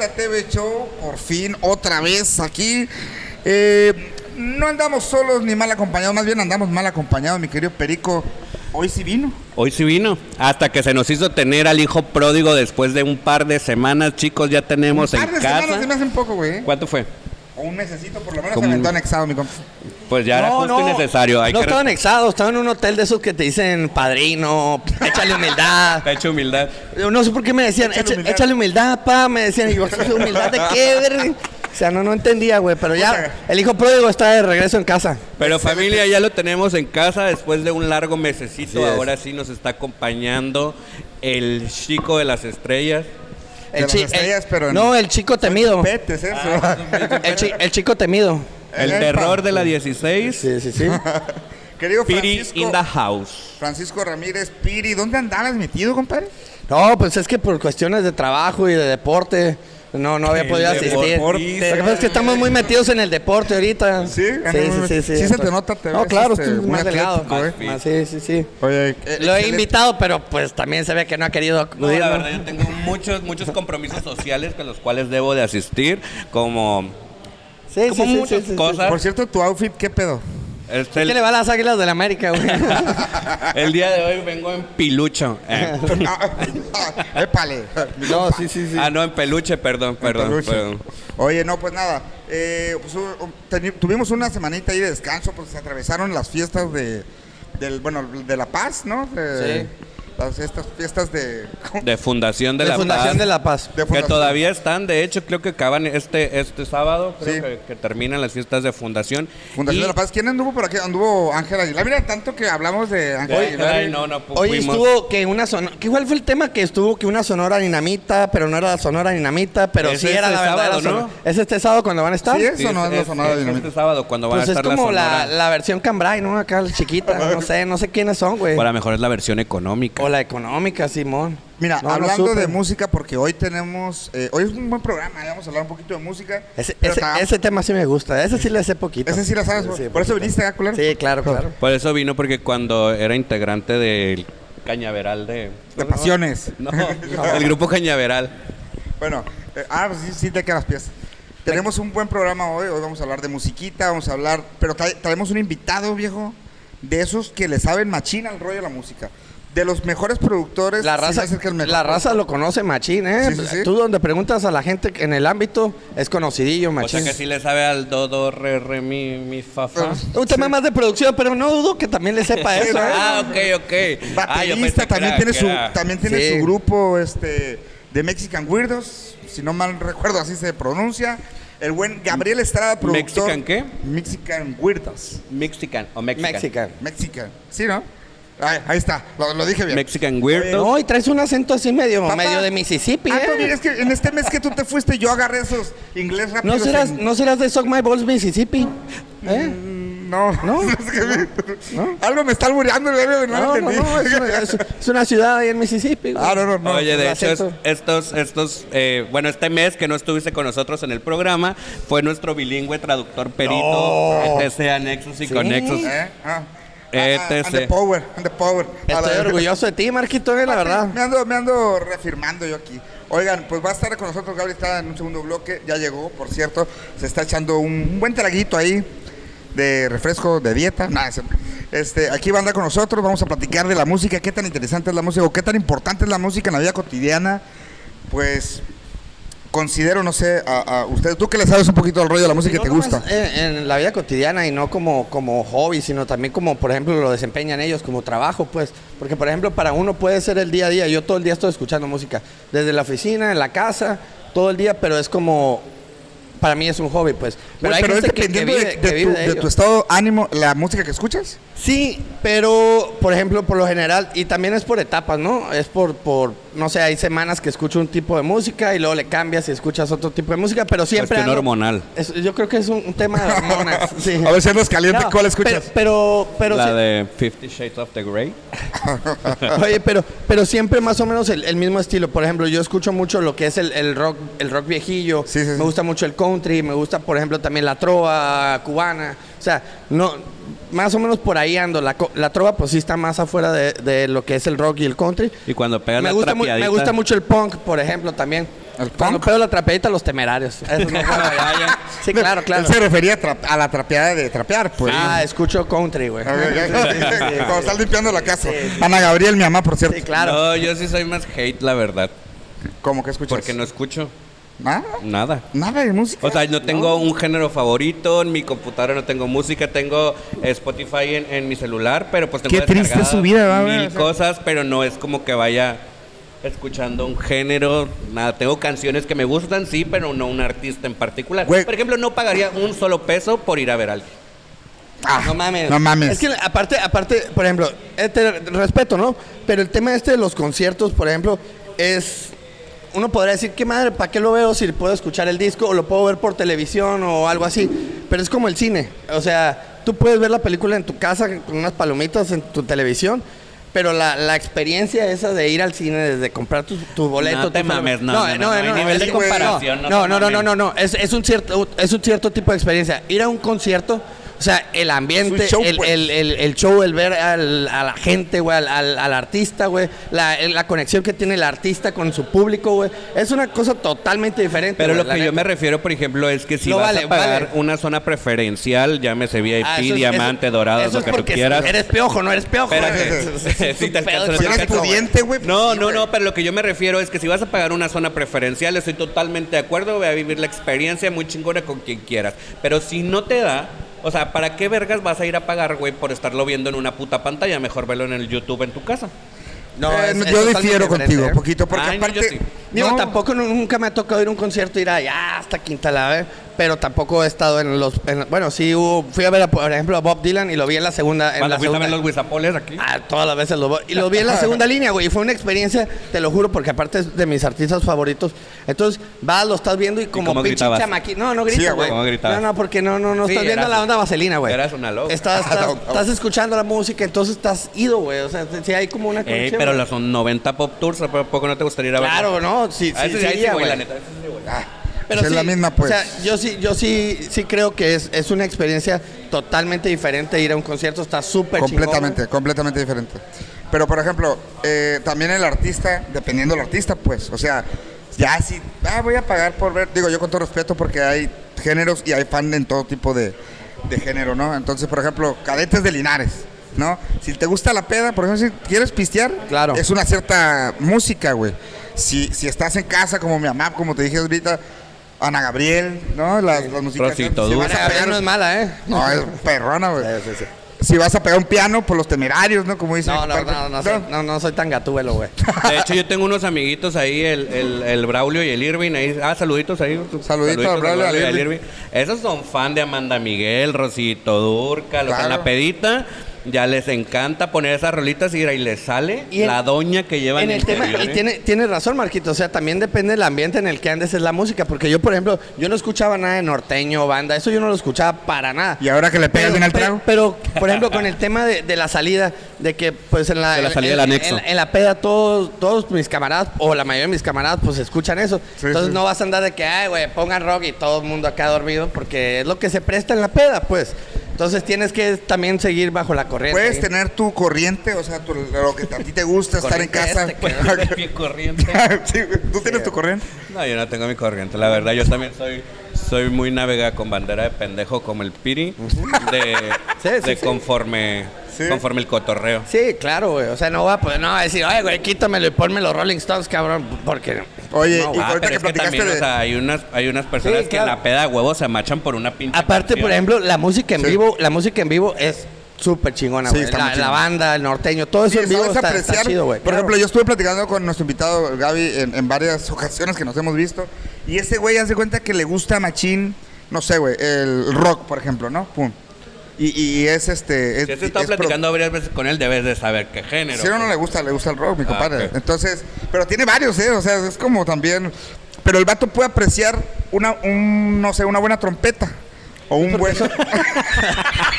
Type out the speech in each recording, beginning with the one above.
la TV Show, por fin, otra vez aquí. No andamos solos ni mal acompañados, más bien andamos mal acompañados, mi querido Perico. Hoy sí vino. Hoy sí vino, hasta que se nos hizo tener al hijo pródigo después de un par de semanas, chicos, ya tenemos en casa. Un par de semanas se me hace un poco, güey. ¿Cuánto fue? O un mesecito por lo menos se aventó anexado, mi compa. Pues ya era justo y necesario. No estaba anexado, estaba en un hotel de esos que te dicen padrino, échale humildad. Te echa humildad. No sé por qué me decían, échale humildad, pa, me decían, y yo, ¿humildad de qué, verga? O sea, no entendía, güey, pero ya el hijo pródigo está de regreso en casa. Pero familia, ya lo tenemos en casa después de un largo mesecito. Ahora sí nos está acompañando el chico de las estrellas. El chico temido. Petes, eso. El chico temido. El terror de la 16. Sí. Querido Piri Francisco, in the house. Francisco Ramírez, Piri, ¿dónde andabas metido, compadre? No, pues es que por cuestiones de trabajo y de deporte no había podido asistir. Lo que pasa es que estamos muy metidos en el deporte ahorita. Sí. Sí, se te nota, te no, ves, claro, estoy muy más delgado. atlético, Sí. Oye, lo he invitado, pero pues también se ve que no ha querido acudir. No, la verdad, yo tengo muchos compromisos sociales con los cuales debo de asistir, como muchas cosas. Por cierto, tu outfit, ¿qué pedo? ¿Qué le va a las Águilas del la América, güey? El día de hoy vengo en pilucho. Épale. No, sí. No, en peluche, perdón. Oye, no, pues nada. Tuvimos una semanita ahí de descanso porque se atravesaron las fiestas de La Paz, ¿no? Sí. Estas fiestas de Fundación de la Fundación Paz. de la Paz. Que todavía están, de hecho, creo que acaban este sábado, creo que terminan las fiestas de Fundación. Fundación de la Paz. ¿Quién anduvo por aquí? Anduvo Ángel Aguilar. Mira, tanto que hablamos de Ángel Aguilar. Ay, no, Hoy estuvo que una sonora... ¿Cuál fue el tema? Que estuvo que una sonora dinamita, pero no era la sonora dinamita, pero sí era la verdadera sonora. ¿no? ¿Es este sábado cuando van a estar? Sí, eso no es la sonora dinamita. Este sábado cuando van Pues a estar es como la sonora. la versión Cambrai, ¿no? Acá la chiquita, no sé quiénes son, güey. O a lo mejor es la versión económica. O la económica, Simón. Mira, hablando de música, porque hoy tenemos... hoy es un buen programa, vamos a hablar un poquito de música. Ese tema sí me gusta, ese sí le sé poquito. Ese sí la sabes, sí, por eso viniste acá, culero. Sí, claro. Por eso vino, porque cuando era integrante del Cañaveral de Pasiones. No, el grupo Cañaveral. Bueno, pues sí te quedas pies. Tenemos un buen programa hoy vamos a hablar de musiquita, vamos a hablar... Pero traemos un invitado, viejo, de esos que le saben machín al rollo de la música. De los mejores productores. La raza lo conoce machín, ¿eh? Sí. Tú donde preguntas a la gente en el ámbito, es conocidillo machín. O sea que sí le sabe al do, re, mi, fa. Un tema más de producción, pero no dudo que también le sepa eso, ¿eh? Ok. Baterista, también tiene su grupo de Mexican Weirdos, si no mal recuerdo, así se pronuncia. El buen Gabriel Estrada, productor. ¿Mexican qué? Mexican Weirdos. Mexican. Mexican. Sí, ¿no? Ahí está, lo dije bien. Mexican Weirdos. No, y traes un acento así medio de Mississippi, Mira, es que en este mes que tú te fuiste, yo agarré esos inglés rápidos. ¿No serás de Suck My Balls, Mississippi? No. Algo me está albureando. No, es una ciudad ahí en Mississippi. No. Oye, de hecho, este mes que no estuviste con nosotros en el programa, fue nuestro bilingüe traductor perito, ETC Anexos y Conexos. And the power. Estoy orgulloso de ti, Marquito, la verdad. Me ando reafirmando yo aquí. Oigan, pues va a estar con nosotros Gabriel, está en un segundo bloque, ya llegó, por cierto, se está echando un buen traguito ahí de refresco de dieta. Aquí va a andar con nosotros, vamos a platicar de la música, qué tan interesante es la música o qué tan importante es la música en la vida cotidiana. Pues considero, no sé, a ustedes, tú que le sabes un poquito al rollo de la música que te gusta. En la vida cotidiana y no como hobby, sino también como, por ejemplo, lo desempeñan ellos como trabajo, pues. Porque, por ejemplo, para uno puede ser el día a día. Yo todo el día estoy escuchando música. Desde la oficina, en la casa, todo el día, pero es como... Para mí es un hobby, pues. Pero hay gente que vive de tu estado de ánimo, la música que escuchas. Sí, pero, por ejemplo, por lo general, y también es por etapas, ¿no? Es por no sé, hay semanas que escucho un tipo de música y luego le cambias y escuchas otro tipo de música, pero siempre... Cuestión hormonal. Yo creo que es un tema de hormonas, sí. A ver si andas caliente, ¿cuál escuchas? Pero la de 50 Shades of the Grey. Oye, pero siempre más o menos el mismo estilo. Por ejemplo, yo escucho mucho lo que es el rock viejillo. Sí. Me gusta mucho el country, me gusta, por ejemplo, también la trova cubana. O sea, no... Más o menos por ahí ando. La trova pues sí está más afuera de lo que es el rock y el country. Y cuando pegas la trapeadita... Me gusta mucho el punk, por ejemplo, también. ¿El Cuando punk? pedo la trapeadita, Los Temerarios. Eso no juega ya. Sí, claro, claro. Él se refería a la trapeada de trapear, pues. Escucho country, güey. Cuando estás limpiando la casa. Ana Gabriel, mi mamá, por cierto. Sí, claro. No, yo sí soy más hate, la verdad. ¿Cómo que escuchas? Porque no escucho ¿Nada? nada. Nada de música. O sea, no tengo un género favorito, en mi computadora no tengo música, tengo Spotify en mi celular, pero pues tengo Qué triste descargadas su vida, ¿va? mil O sea. cosas, pero no es como que vaya escuchando un género, nada. Tengo canciones que me gustan, sí, pero no un artista en particular. Güey. Por ejemplo, no pagaría un solo peso por ir a ver a alguien. Ah, No mames. No mames. Es que aparte, por ejemplo, respeto, ¿no? Pero el tema de los conciertos, por ejemplo, es... Uno podría decir, qué madre, ¿para qué lo veo si puedo escuchar el disco o lo puedo ver por televisión o algo así? Pero es como el cine. O sea, tú puedes ver la película en tu casa con unas palomitas en tu televisión, pero la experiencia esa de ir al cine, desde comprar tu boleto... No te tu mames, no hay nivel de comparación. No, es un cierto tipo de experiencia. Ir a un concierto, o sea, el ambiente, Es un show, pues. el show, el ver a la gente, güey, al artista, güey, la conexión que tiene el artista con su público, güey, es una cosa totalmente diferente. Pero güey, lo la que yo neta. me refiero, por ejemplo, es que si No vas vale, a pagar vale. una zona preferencial, llámese VIP, Eso es- diamante, eso- dorado, eso lo es que tú porque quieras. Eres piojo, no eres piojo. Espérate. Sí, te alcanzo, Si te eres alcanzo. pudiente, güey. No, sí, no, güey. no, pero lo que yo me refiero es que si vas a pagar una zona preferencial, estoy totalmente de acuerdo, voy a vivir la experiencia muy chingona con quien quieras. Pero si no te da, o sea, ¿para qué vergas vas a ir a pagar, güey, por estarlo viendo en una puta pantalla? Mejor verlo en el YouTube en tu casa. No, yo totalmente difiero diferente, contigo ¿eh? un poquito, porque Ah, no, aparte... yo sí. Digo, no, tampoco nunca me ha tocado ir a un concierto, ir allá hasta Quinta la Ver, pero tampoco he estado bueno, sí fui a ver, por ejemplo, a Bob Dylan y lo vi en la segunda. Cuando fuiste a ver los Huizapoles aquí. Todas las veces y lo vi en la segunda línea, güey, y fue una experiencia, te lo juro, porque aparte es de mis artistas favoritos. Entonces, vas, lo estás viendo y como cómo pinche gritabas? chamaquito. No Sí, grito, güey. güey. ¿Cómo gritabas? No, porque no Sí, estás viendo eras- la onda vaselina, güey. eras una loca. Estás escuchando la música, entonces estás ido, güey. O sea, sí hay como una conexión. Pero güey. los son 90 pop tours, ¿a poco no te gustaría ir a ver? Claro, no, sí, A ese sí, ahí sí, iría, güey, güey. la neta. ese sí, güey. Pero es sí, la misma, pues. O sea, yo sí creo que es una experiencia totalmente diferente ir a un concierto. Está súper chingón. Completamente diferente. Pero, por ejemplo, también el artista, dependiendo del artista, pues, o sea, ya si voy a pagar por ver, digo yo con todo respeto, porque hay géneros y hay fan en todo tipo de género, ¿no? Entonces, por ejemplo, Cadetes de Linares, ¿no? Si te gusta la peda, por ejemplo, si quieres pistear, Claro. es una cierta música, güey. Si estás en casa, como mi mamá, como te dije ahorita, Ana Gabriel, ¿no? Las músicas. Rosito si Duro. vas a Ana Gabriel pegar- no es mala, ¿eh? No, es perrona, güey. Sí. Si vas a pegar un piano, por los Temerarios, ¿no? Como dice. No soy tan gatúbelo, güey. De hecho, yo tengo unos amiguitos ahí, el Braulio y el Irving. Ahí, saluditos ahí. Saluditos al Braulio y al y Irving. Esos son fan de Amanda Miguel, Rosito Durcal. O sea, en Claro. la pedita ya les encanta poner esas rolitas y les sale Y en- la doña que lleva En el tema, interior, y tienes razón, Marquito. O sea, también depende del ambiente en el que andes es la música. Porque yo, por ejemplo, yo no escuchaba nada de norteño, banda. Eso yo no lo escuchaba para nada. Y ahora que le pegas bien al trago. Pero, por ejemplo, con el tema de la salida, de que pues en la, De la salida del anexo. En la peda todos mis camaradas, o la mayoría de mis camaradas, pues escuchan eso. Sí, Entonces sí. no vas a andar de que, ay, güey, pongan rock y todo el mundo acá dormido, porque es lo que se presta en la peda, pues. Entonces tienes que también seguir bajo la corriente. Puedes tener tu corriente, o sea, lo que a ti te gusta, estar en Corriente casa. este, Bien corriente. Sí, güey. ¿Tú tienes tu corriente? No, yo no tengo mi corriente. La verdad, yo también soy muy navega con bandera de pendejo como el Piri. Sí. Conforme el cotorreo. Sí, claro, güey. O sea, no va a decir, oye, güey, quítamelo y ponme los Rolling Stones, cabrón, porque... Oye, No, y Ah, ahorita pero que es que platicaste también, de... o sea, hay unas personas Sí, que claro. en la peda de huevos se machan por una pinche Aparte, por canción. ejemplo, la música en Sí. vivo es súper chingona, Sí, güey. está muy La chingona. banda, el norteño, todo eso Sí, en vivo sabes está apreciar. chido, güey. Por ejemplo, yo estuve platicando con nuestro invitado Gaby en varias ocasiones que nos hemos visto. Y ese güey hace cuenta que le gusta machín, no sé, güey, el rock, por ejemplo, ¿no? Pum. Y es este. Si has estado platicando varias veces con él, debes de saber qué género. Si a uno no le gusta el rock, mi compadre. ok. Entonces, pero tiene varios, o sea, es como también. Pero el vato puede apreciar no sé, una buena trompeta. O un buen.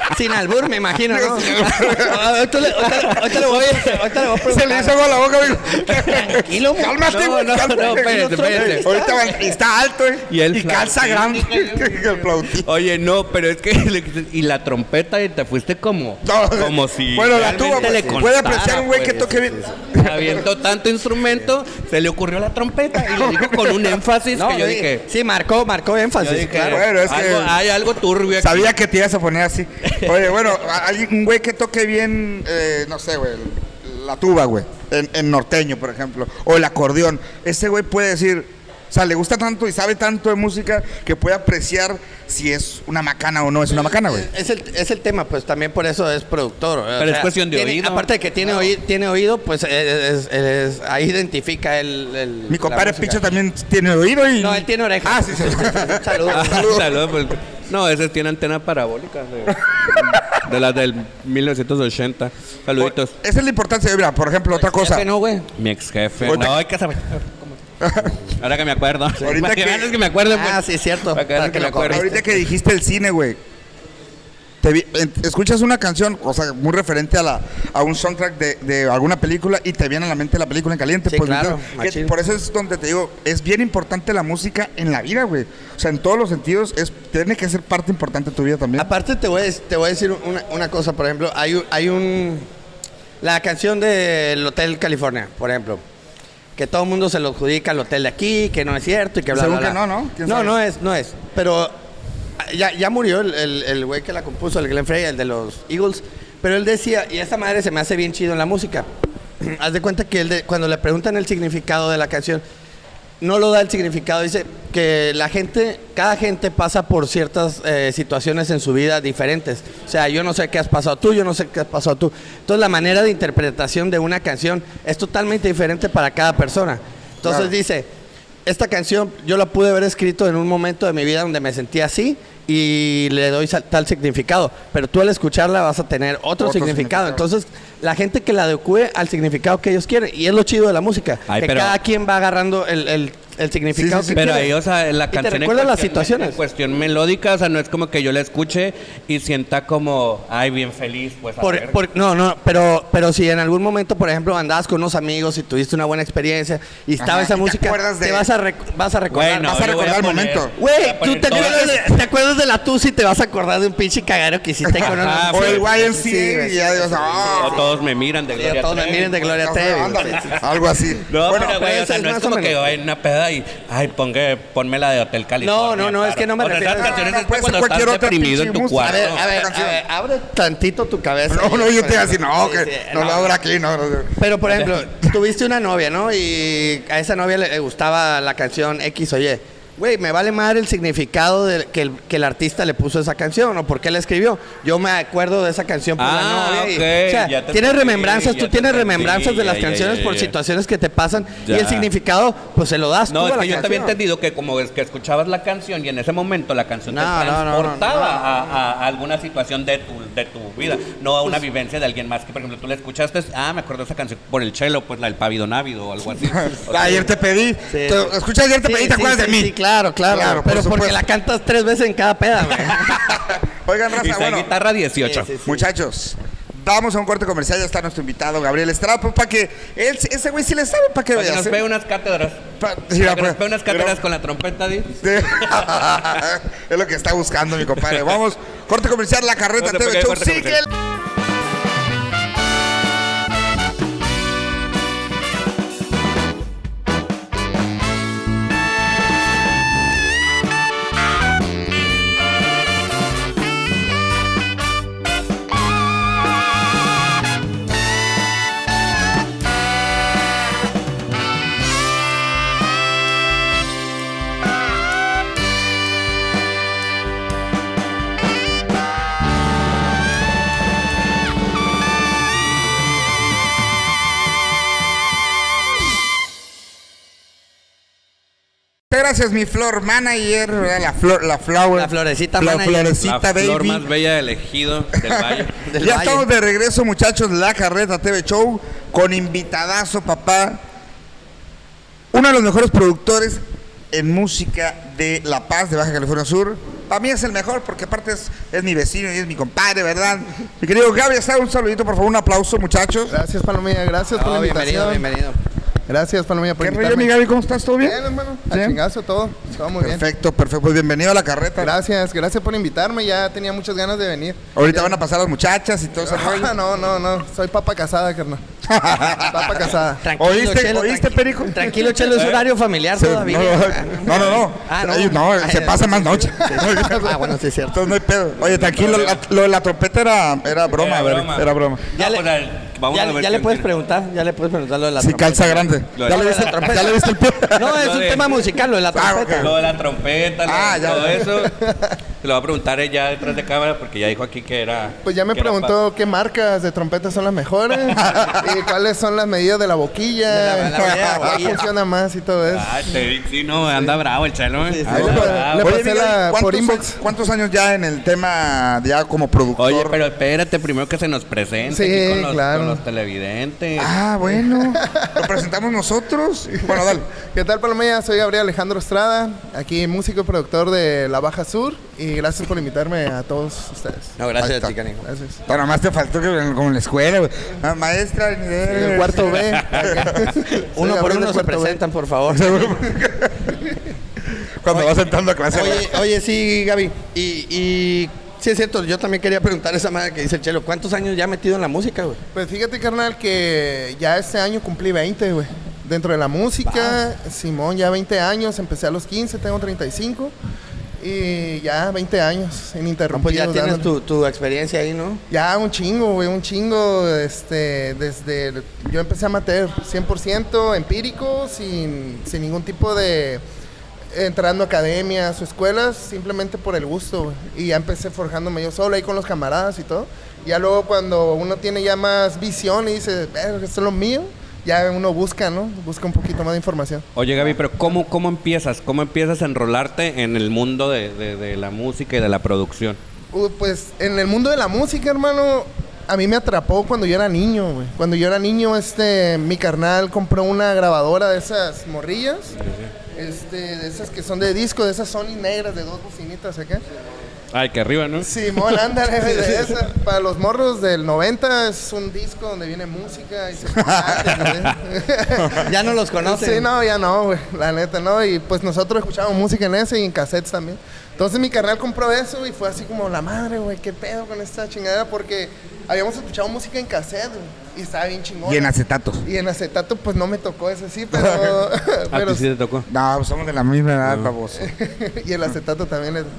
Sin albur, me imagino, ¿no? Ahorita le voy a preguntar. Se le hizo agua a la boca, amigo. Tranquilo, Cálmate, güey. No, espérate. Ahorita está alto, Y calza grande. El flautito. Oye, no, pero es que... Y la trompeta y te fuiste como... No, como si... bueno, la tuba, realmente pues, le puede constara, apreciar un güey que pues. toque bien. Avientó tanto instrumento, se le ocurrió la trompeta y lo dijo con un énfasis que yo dije... Sí, marcó énfasis, Yo dije, claro. Bueno, es que hay algo turbio aquí. sabía que te ibas a poner así. Oye, bueno, un güey que toque bien, no sé, güey, la tuba, güey, en norteño, por ejemplo, o el acordeón. Ese güey puede decir, o sea, le gusta tanto y sabe tanto de música que puede apreciar si es una macana o no es una macana, güey. Es el tema, pues también por eso es productor. Pero es cuestión de oído. Aparte de que tiene oído, pues ahí identifica el Mi compadre la música. Picho también tiene oído y... No, él tiene oreja. Ah, sí, sí. Saludos. Saludos. No, ese tiene antena parabólica de las del 1980. Saluditos. Esa es la importancia. Mira, por ejemplo, otra cosa. Jefe, no, güey. Mi ex jefe. Ahorita- No, hay que saber. Ahora que me acuerdo. Ahorita Para que- que me acuerdo. Ah, sí, cierto. Para que Para que me lo acuerde. Ahorita que dijiste el cine, güey. Escuchas una canción, o sea, muy referente a un soundtrack de alguna película y te viene a la mente la película en caliente. Sí, pues, claro, entonces, machín. por eso es donde te digo, es bien importante la música en la vida, güey. O sea, en todos los sentidos, tiene que ser parte importante de tu vida también. Aparte te voy a decir una cosa, por ejemplo, la canción del Hotel California, por ejemplo, que todo el mundo se lo adjudica al hotel de aquí, que no es cierto y que bla, Según bla, que bla. no, ¿Quién No, sabe? no es. Pero ya murió el güey que la compuso, el Glenn Frey, el de los Eagles. Pero él decía, y esta madre se me hace bien chido en la música. Haz de cuenta que cuando le preguntan el significado de la canción, no lo da el significado. Dice que cada gente pasa por ciertas situaciones en su vida diferentes. O sea, yo no sé qué has pasado tú, yo no sé qué has pasado tú. Entonces la manera de interpretación de una canción es totalmente diferente para cada persona. Entonces Claro. dice, esta canción yo la pude haber escrito en un momento de mi vida donde me sentía así y le doy tal significado, pero tú al escucharla vas a tener otro significado. Entonces la gente que la adecue al significado que ellos quieren, y es lo chido de la música, Ay, que pero- cada quien va agarrando el significado Sí, sí, sí. que Pero quiere. ahí, o sea, la Y te canción recuerda las cuestión- situaciones. en cuestión melódica, o sea, no es como que yo la escuche y sienta como, ay, bien feliz, pues a ver. Pero si en algún momento, por ejemplo, andabas con unos amigos y tuviste una buena experiencia y estaba Ajá, esa y te música, acuerdas de- te vas a recordar. Bueno, vas a yo voy recordar el poner- momento. voy a Güey, tú poner te todas acuerdas de la Tusi y te vas a acordar de un pinche cagadero que hiciste con una... Ajá, O el pues, YMCA sí, y ya digas, O todos me miran de Gloria todos me Trevi. miren de Gloria Trevi. ándale, algo así. No, Bueno, pero güey, pero o sea, ese no es es más o como que menos. yo en una peda y, ay, ponme la de Hotel California. No, es que no me O sea, refiero esas a- canciones no, es puede ser cuando cualquier estás otra deprimido en pinche tu música. cuarto. A ver, abre tantito tu cabeza. no, yo te iba a decir, no, que Sí, no lo abra aquí, no. Pero, por ejemplo, tuviste una novia, ¿no? Y a esa novia le gustaba la canción X o Y. Güey, me vale madre el significado que el artista le puso a esa canción o por qué la escribió. Yo me acuerdo de esa canción por la novia. Y, ok, o sea, ya te tienes entendí, remembranzas, ya tú te tienes entendí, remembranzas de las ya, canciones ya, por ya. situaciones que te pasan Ya. y el significado, pues se lo das tú No, a es la que yo canción. también he entendido que como es que escuchabas la canción y en ese momento la canción te No, no, no, transportaba a alguna situación de tu vida, no a una vivencia de alguien más. Que por ejemplo tú la escuchaste, me acuerdo de esa canción por el chelo, pues la del Pavido Návido o algo así. O sea, Ayer te pedí. Sí. Escucha, ayer te pedí, ¿te acuerdas de mí? Sí, claro. Claro, pero por porque supuesto. la cantas 3 veces en cada peda, güey. Oigan, y raza, esa bueno, guitarra 18. Sí, sí, sí. muchachos, vamos a un corte comercial, ya está nuestro invitado Gabriel Estrada, pues para que ese güey sí le sabe, para que Para que veas. nos pegue unas cátedras. Sí, Para que pues, nos pegue unas cátedras pero- con la trompeta, ¿sí? Sí. Es lo que está buscando mi compadre. Vamos, corte comercial, la carreta Corte, TV porque hay Show. corte Sigue comercial. Gracias, mi flor manager, ¿verdad? La flower. La florecita la manager. florecita, La baby. flor más bella del ejido del valle. Del Ya Valle. estamos de regreso, muchachos, la carreta TV Show con invitadazo, papá. Uno de los mejores productores en música de La Paz, de Baja California Sur. Para mí es el mejor porque aparte es mi vecino y es mi compadre, ¿verdad? Mi querido Gaby, un saludito, por favor, un aplauso, muchachos. Gracias, Palomilla, gracias por la invitación. Bienvenido. Gracias, Palomilla, por ¿Qué rollo, invitarme. mi Gaby? ¿Cómo estás? ¿Todo bien? Bien, hermano. ¿Sí? Al chingazo, todo muy bien. Perfecto. Pues bienvenido a la carreta. Gracias por invitarme. Ya tenía muchas ganas de venir. Ahorita van a pasar las muchachas y todo ese rollo. No. Soy papa casada, carnal. Papa casada. Tranquilo, ¿Oíste, Chelo, Perico? Tranquilo, Chelo, es horario familiar Sí, todavía. No. Ah, no. Ay, se pasa más noche. Ah, bueno, sí es cierto. Entonces no hay pedo. Oye, tranquilo, lo de la trompeta era broma, Era broma. Ya No, le- vamos a ver Ya le quién puedes tiene. preguntar lo de la Si trompeta. calza grande. Lo de ¿Ya la- le viste trompeta. ¿Ya le viste el pie? No, es Lo un de- tema musical, lo de la trompeta. ok. Lo de la trompeta, Ya. todo eso. Se lo va a preguntar ella detrás de cámara porque ya dijo aquí que era. Pues ya me que era preguntó qué marcas de trompetas son las mejores y cuáles son las medidas de la boquilla, De la medida de la cuál boquilla. funciona más y todo eso. Ah, sí, no, anda bravo el chelo. Sí, sí. Anda Ahí le- bravo. le- Oye, pasé Miguel, por ¿cuántos inbox. ¿cuántos años ya en el tema ya como productor? Oye, pero espérate, primero que se nos presente Sí, aquí claro. con los televidentes. Ah, bueno. ¿Lo presentamos nosotros? Bueno, dale. ¿Qué tal, Palomilla? Soy Gabriel Alejandro Estrada, aquí músico y productor de La Baja Sur, y gracias por invitarme a todos ustedes. No, Ahí gracias, está. Chicanico. Gracias. Pero nomás te faltó que como en la escuela, güey. Maestra. El cuarto B. Uno Soy por Gabriel uno del se cuarto B. presentan, por favor. Cuando vas entrando a clase. Oye, sí, Gaby. Y sí es cierto, yo también quería preguntar esa madre que dice el Chelo. ¿Cuántos años ya metido en la música, güey? Pues fíjate, carnal, que ya este año cumplí 20, güey. Dentro de la música, Simón, ya 20 años. Empecé a los 15, tengo 35. Y ya 20 años No, pues ininterrumpidos. ya tienes dándole. tu experiencia ahí, ¿no? Ya un chingo, güey, un chingo. Desde. Yo empecé amateur, 100% empírico, sin ningún tipo de. Entrando a academias o escuelas, simplemente por el gusto, güey. Y ya empecé forjándome yo solo ahí con los camaradas y todo. Ya luego, cuando uno tiene ya más visión y dice, esto es lo mío, ya uno busca, ¿no? Busca un poquito más de información. Oye, Gaby, pero ¿cómo empiezas? ¿Cómo empiezas a enrolarte en el mundo de la música y de la producción? Pues en el mundo de la música, hermano, a mí me atrapó cuando yo era niño, güey. Cuando yo era niño, mi carnal compró una grabadora de esas morrillas. De esas que son de disco, de esas Sony negras de 2 bocinitas acá. Ay, que arriba, ¿no? Simón, ándale, de esa. Para los morros del 90 es un disco donde viene música y se Ya no los conocen. Sí, no, ya no, güey, la neta, no. Y pues nosotros escuchábamos música en ese y en cassettes también. Entonces mi carnal compró eso y fue así como, la madre, güey, qué pedo con esta chingadera, porque habíamos escuchado música en cassette, güey, y estaba bien chingón. Y en acetatos. Y en acetato, pues no me tocó ese sí, pero... A ti sí te tocó. No, pues somos de la misma edad, baboso. Y el acetato también es...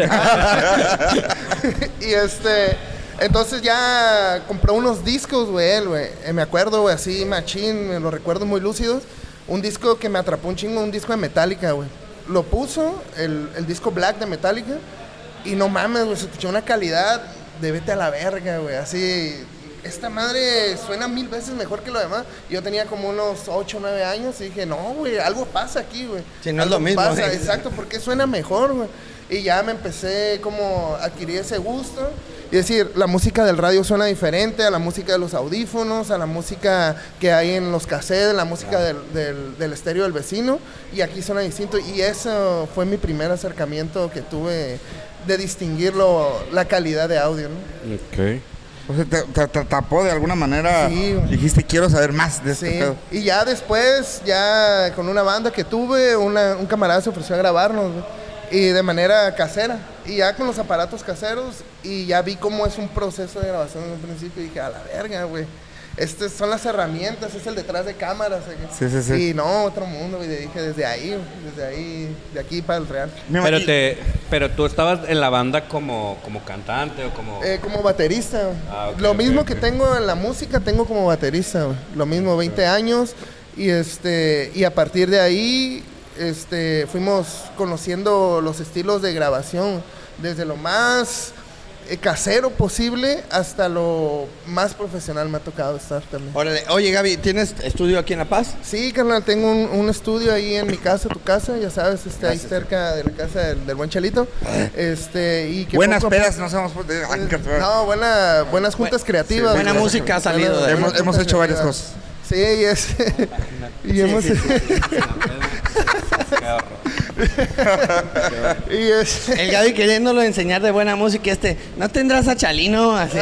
Y entonces ya compró unos discos, güey, él, güey. Me acuerdo, güey, así, machín, me lo recuerdo muy lúcidos. Un disco que me atrapó un chingo, un disco de Metallica, güey. Lo puso, el disco Black de Metallica, y no mames, güey, se escuchó una calidad de vete a la verga, güey, así... Esta madre suena 1000 veces mejor que lo demás. Yo tenía como unos 8 o 9 años y dije, no, güey, algo pasa aquí, güey. Sí, no es Algo lo mismo, pasa, güey. exacto, porque suena mejor, güey. Y ya me empecé como a adquirir ese gusto. Y decir, la música del radio suena diferente a la música de los audífonos, a la música que hay en los cassettes, la música del estéreo del vecino. Y aquí suena distinto. Y eso fue mi primer acercamiento que tuve de distinguir la calidad de audio, ¿no? Ok. O sea, te tapó de alguna manera. Sí, güey. Dijiste, quiero saber más de este Sí, pedo. y ya después, ya con una banda que tuve, un camarada se ofreció a grabarnos, güey, y de manera casera, y ya con los aparatos caseros, y ya vi cómo es un proceso de grabación en un principio, y dije, a la verga, güey, estas son las herramientas, es el detrás de cámaras, Sí, sí, sí. y no, otro mundo, y dije, desde ahí, de aquí para el real. Me imagino- Pero tú estabas en la banda como cantante o como... Como baterista, güey. Ah, ok, lo ok, mismo ok. que tengo en la música, tengo como baterista, güey. Lo mismo, 20 años. Y a partir de ahí, fuimos conociendo los estilos de grabación. Desde lo más casero posible hasta lo más profesional me ha tocado estar también. Órale. Oye, Gaby, ¿tienes estudio aquí en La Paz? Sí, carnal, tengo un estudio ahí en mi casa, tu casa, ya sabes, ahí Gracias. cerca de la casa del buen Chelito. Y que Buenas poco a pedas, no sabemos. No, buenas juntas creativas. buena güey. música ha salido de ahí. Buenas Hemos juntas hecho varias creativas. cosas. Sí, y hemos... Y El Gaby queriéndolo enseñar de buena música, no tendrás a Chalino. Así,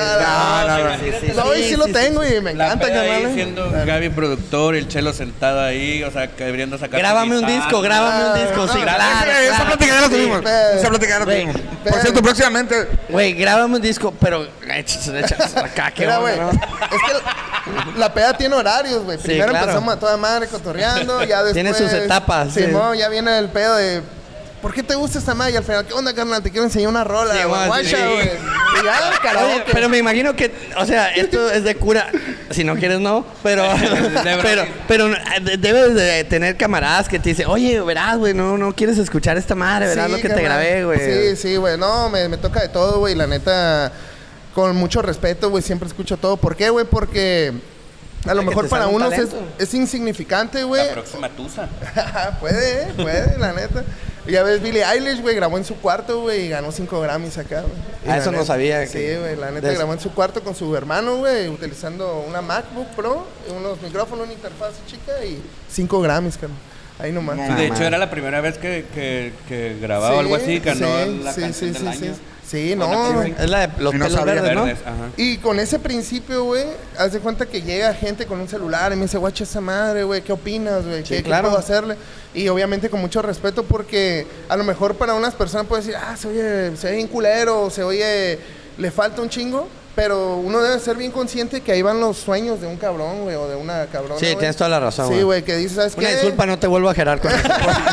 no, y sí lo tengo y me encanta, La peda ahí carnal. siendo Gaby productor, el Chelo sentado ahí, o sea, queriendo sacar. Grábame un disco, sí, claro. Esa plática ya la tuvimos. Sí, Esa plática ya la güey, tuvimos. Por cierto, próximamente. Güey, grábame un disco, pero échase acá, qué Mira, onda, güey, ¿no? es que la peda tiene horarios, güey. Sí, Primero claro. empezamos a toda madre cotorreando, ya después... Tiene sus etapas, sí. Simón, ya viene el pedo de... ¿Por qué te gusta esta madre? Y al final, ¿qué onda, carnal? Te quiero enseñar una rola, Sí, güey. sí. Guacha, güey. Y ya, Oye, karaoke. pero me imagino que, o sea, esto es de cura. Si no quieres, no. Pero, pero debes de tener camaradas que te dicen, oye, verás, güey, no quieres escuchar esta madre, verás Sí, lo que te carnal. grabé, güey. Sí, güey. No, me toca de todo, güey. La neta, con mucho respeto, güey, siempre escucho todo. ¿Por qué, güey? Porque a lo Que mejor te para salga un unos talento. es insignificante, güey. La próxima tusa. puede, la neta. Y ya ves, Billie Eilish, güey, grabó en su cuarto, güey, y ganó 5 Grammys acá, güey. Y Ah, la eso no neta- sabía Sí, que- güey, la neta de eso. grabó en su cuarto con su hermano, güey, utilizando una MacBook Pro, unos micrófonos, una interfaz chica y 5 Grammys, carnal. Ahí nomás. Sí, de hecho, era la primera vez que grababa algo así, ganó la canción del año. Sí, Con no, la güey. Es la de los Y no pelos sabía verdes, ¿no? Verdes, ajá. Y con ese principio, güey, haz de cuenta que llega gente con un celular y me dice, guacha esa madre, güey, ¿qué opinas, güey? Sí, ¿Qué claro. puedo hacerle? Y obviamente con mucho respeto porque a lo mejor para unas personas puede decir, se oye bien culero, se oye, le falta un chingo. Pero uno debe ser bien consciente que ahí van los sueños de un cabrón, güey, o de una cabrona, Sí, güey. tienes toda la razón, Sí, güey, que dices, ¿sabes Una qué? disculpa, no te vuelvo a gerar con eso.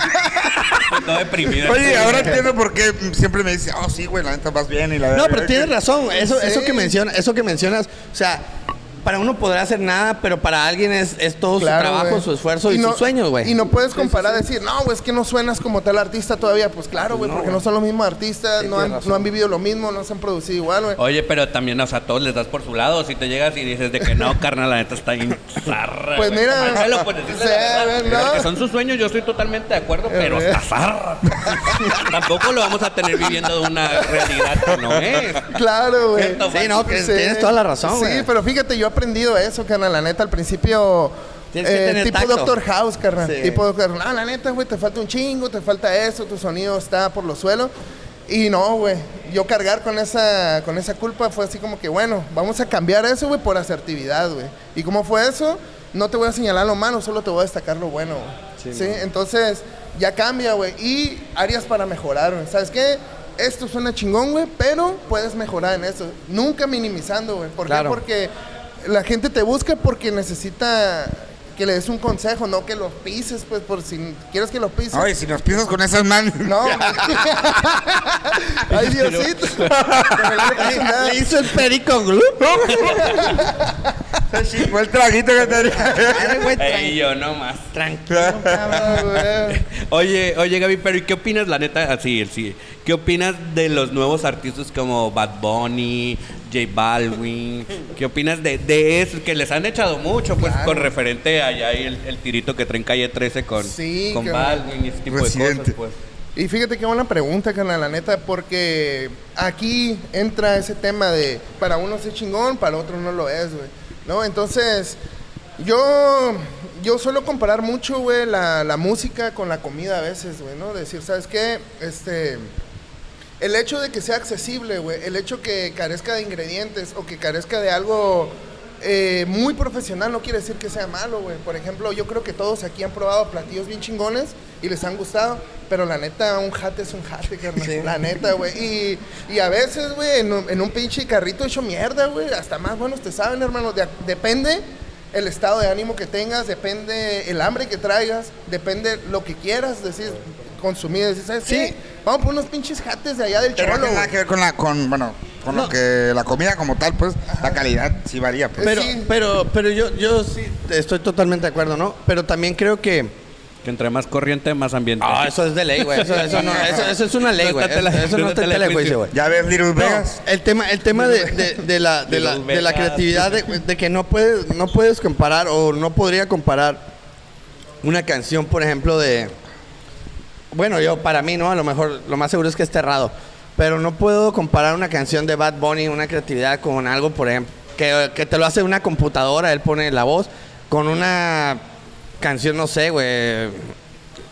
Todo deprimido. Oye, ahora entiendo por qué siempre me dice, sí, güey, la neta vas bien y la No, verdad pero que- tienes razón. Eso Sí. eso que mencionas, o sea, para uno podrá hacer nada, pero para alguien es todo Claro, su trabajo, güey. su esfuerzo y no- sus sueños, güey. Y no puedes comparar, decir, no, güey, es que no suenas como tal artista todavía. Pues claro, güey, No, porque güey. no son los mismos artistas, Sí, no, tienes han, razón. no han vivido lo mismo, no se han producido igual, güey. Oye, pero también, o sea, a todos les das por su lado. Si te llegas y dices de que no, carnal, la neta está bien zarra. Pues güey. mira, Como Marcelo, pues decirle sí, la verdad. ¿no? Porque son sus sueños, yo estoy totalmente de acuerdo, pero está zarra. Tampoco lo vamos a tener viviendo de una realidad que no es. Claro, güey. Cierto, Sí, no, que tienes toda la razón, Sí, güey. pero fíjate, yo he aprendido eso, carnal. La neta, al principio, Tienes que tener tipo tacto. Doctor House, carnal. Sí. Tipo Doctor House. No, la neta, güey, te falta un chingo, te falta eso, tu sonido está por los suelos. Y no, güey, yo cargar con esa culpa fue así como que, bueno, vamos a cambiar eso, güey, por asertividad, güey. ¿Y cómo fue eso? No te voy a señalar lo malo, solo te voy a destacar lo bueno, güey. Sí, entonces ya cambia, güey. Y áreas para mejorar, güey. ¿Sabes qué? Esto suena chingón, güey, pero puedes mejorar en eso. Nunca minimizando, güey. ¿Por Claro. qué? Porque la gente te busca porque necesita que le des un consejo, no que los pises, pues, por si quieres que los pises. Oye, si nos pisas con esas manos. No. Ay, Diosito. Que me le pase nada. Le hizo el perico glue. Sí, fue el traguito que tenía. Ay, güey, Ey, yo nomás. tranquilo. Ah, güey. Oye, Gaby, pero ¿y qué opinas, la neta? Así, sí. ¿Qué opinas de los nuevos artistas como Bad Bunny, J Balvin? ¿Qué opinas de eso? Que les han echado mucho, pues, Claro. con referente allá y el tirito que traen Calle 13 con Sí, con que- Balvin y ese tipo de Residente. cosas, pues. Y fíjate qué buena pregunta, carnal, la neta, porque aquí entra ese tema de para uno es chingón, para otro no lo es, güey. ¿No? Entonces, yo suelo comparar mucho, güey, la música con la comida a veces, güey, ¿no? Decir, ¿sabes qué? El hecho de que sea accesible, güey, el hecho que carezca de ingredientes o que carezca de algo muy profesional no quiere decir que sea malo, güey. Por ejemplo, yo creo que todos aquí han probado platillos bien chingones y les han gustado, pero la neta, un jate es un jate, carnal. Sí. La neta, güey. Y a veces, güey, en un pinche carrito hecho mierda, güey, hasta más buenos te saben, hermano. Depende el estado de ánimo que tengas, depende el hambre que traigas, depende lo que quieras decir, consumir. Decir, ¿sabes qué? Vamos por unos pinches jates de allá del Pero no Cholo, tiene nada güey. que ver con lo que la comida como tal, pues, la calidad sí varía, pues. Pero, Sí. pero yo sí estoy totalmente de acuerdo, ¿no? Pero también creo que... Que entre más corriente, más ambiente. eso es de ley, güey. Eso es una ley, güey. Eso no está en tela de juicio, güey. Ya ves Little Vegas. El tema de la creatividad, de que no puedes comparar o no podría comparar una canción, por ejemplo, de... Bueno, para mí, ¿no? A lo mejor lo más seguro es que esté errado. Pero no puedo comparar una canción de Bad Bunny, una creatividad con algo, por ejemplo, que te lo hace una computadora, él pone la voz, con una canción, no sé, güey,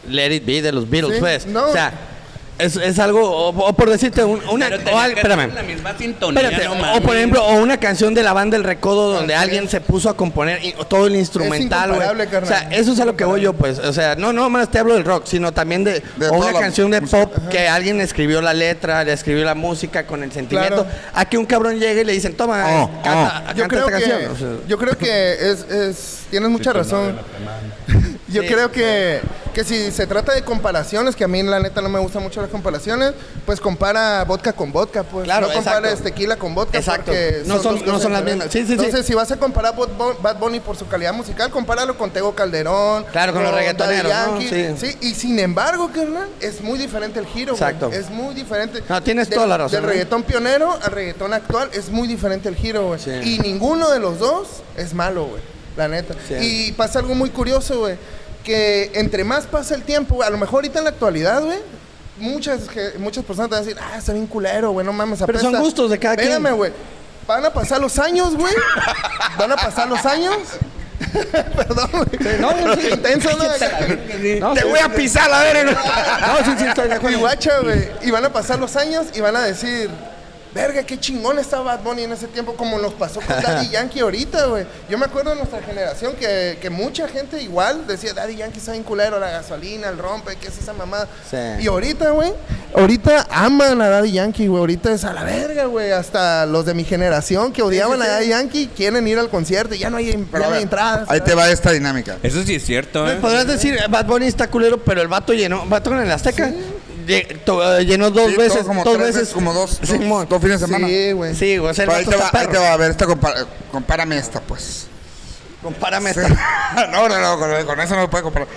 Let It Be de los Beatles, Sí, pues. no. O sea, es algo, o por decirte, una... Pero o tenía al- que ser espérame. la misma sintonía, Espérate, no o mames. por ejemplo, o una canción de la banda El Recodo donde Así alguien es. se puso a componer todo el instrumental, güey. incomparable, O carnal. sea, eso es a lo que voy yo, pues. O sea, no más te hablo del rock, sino también de De o toda una la canción de música. pop que alguien escribió la letra, le escribió la música con el sentimiento. Claro. A que un cabrón llegue y le dicen, toma, canta Yo creo esta que, canción. O sea, yo creo que tienes mucha razón. Yo Sí. creo que si se trata de comparaciones, que a mí la neta no me gustan mucho las comparaciones, pues compara vodka con vodka, pues. Claro, no compares exacto. tequila con vodka Exacto. porque No son- dos cosas no son las diferentes. mismas. Sí, sí, sí. Entonces, si vas a comparar Bad Bunny por su calidad musical, compáralo con Tego Calderón. Claro, con los reggaetoneros, Daddy ¿no? Yankee. Sí. Y sin embargo, carnal, es muy diferente el giro, güey. Exacto. Es muy diferente. No, tienes toda la razón, Del ¿eh? reggaetón pionero al reggaetón actual es muy diferente el giro, güey. Sí. Y ninguno de los dos es malo, güey. La neta. Sí. Y pasa algo muy curioso, güey. Que entre más pasa el tiempo, güey, a lo mejor ahorita en la actualidad, güey, muchas personas te van a decir, está bien culero, güey, no mames, Pero son apesta". gustos de cada quien. Espérame, güey. Van a pasar los años, güey. Van a pasar los años. Perdón, güey. no, sí. Intenso, ¿no? No, Te sí, voy a pisar la verga. No, sí, estoy de Y acuerdo. guacha, güey. Y van a pasar los años y van a decir, verga, qué chingón estaba Bad Bunny en ese tiempo, como nos pasó con Daddy Yankee ahorita, güey. Yo me acuerdo de nuestra generación que mucha gente igual decía, Daddy Yankee está bien culero, la gasolina, el rompe, ¿qué es esa mamada? Sí. Y ahorita, güey, ahorita aman a Daddy Yankee, güey. Ahorita es a la verga, güey. Hasta los de mi generación que odiaban a Daddy Yankee quieren ir al concierto y ya no hay, Pero ya a no hay ver, entradas. ahí te va esta dinámica. Eso sí es cierto, Me ¿eh? podrás decir, Bad Bunny está culero, pero el vato con el Azteca. Llenó dos Sí, veces, como dos tres veces. veces, como dos Simón. fines de semana. Sí, güey. Sí, güey, o sea, el Pero ahí vato te está va, perro. a ver, compárame esta, pues. Compárame Sí. esta. No, con eso no me puede comparar.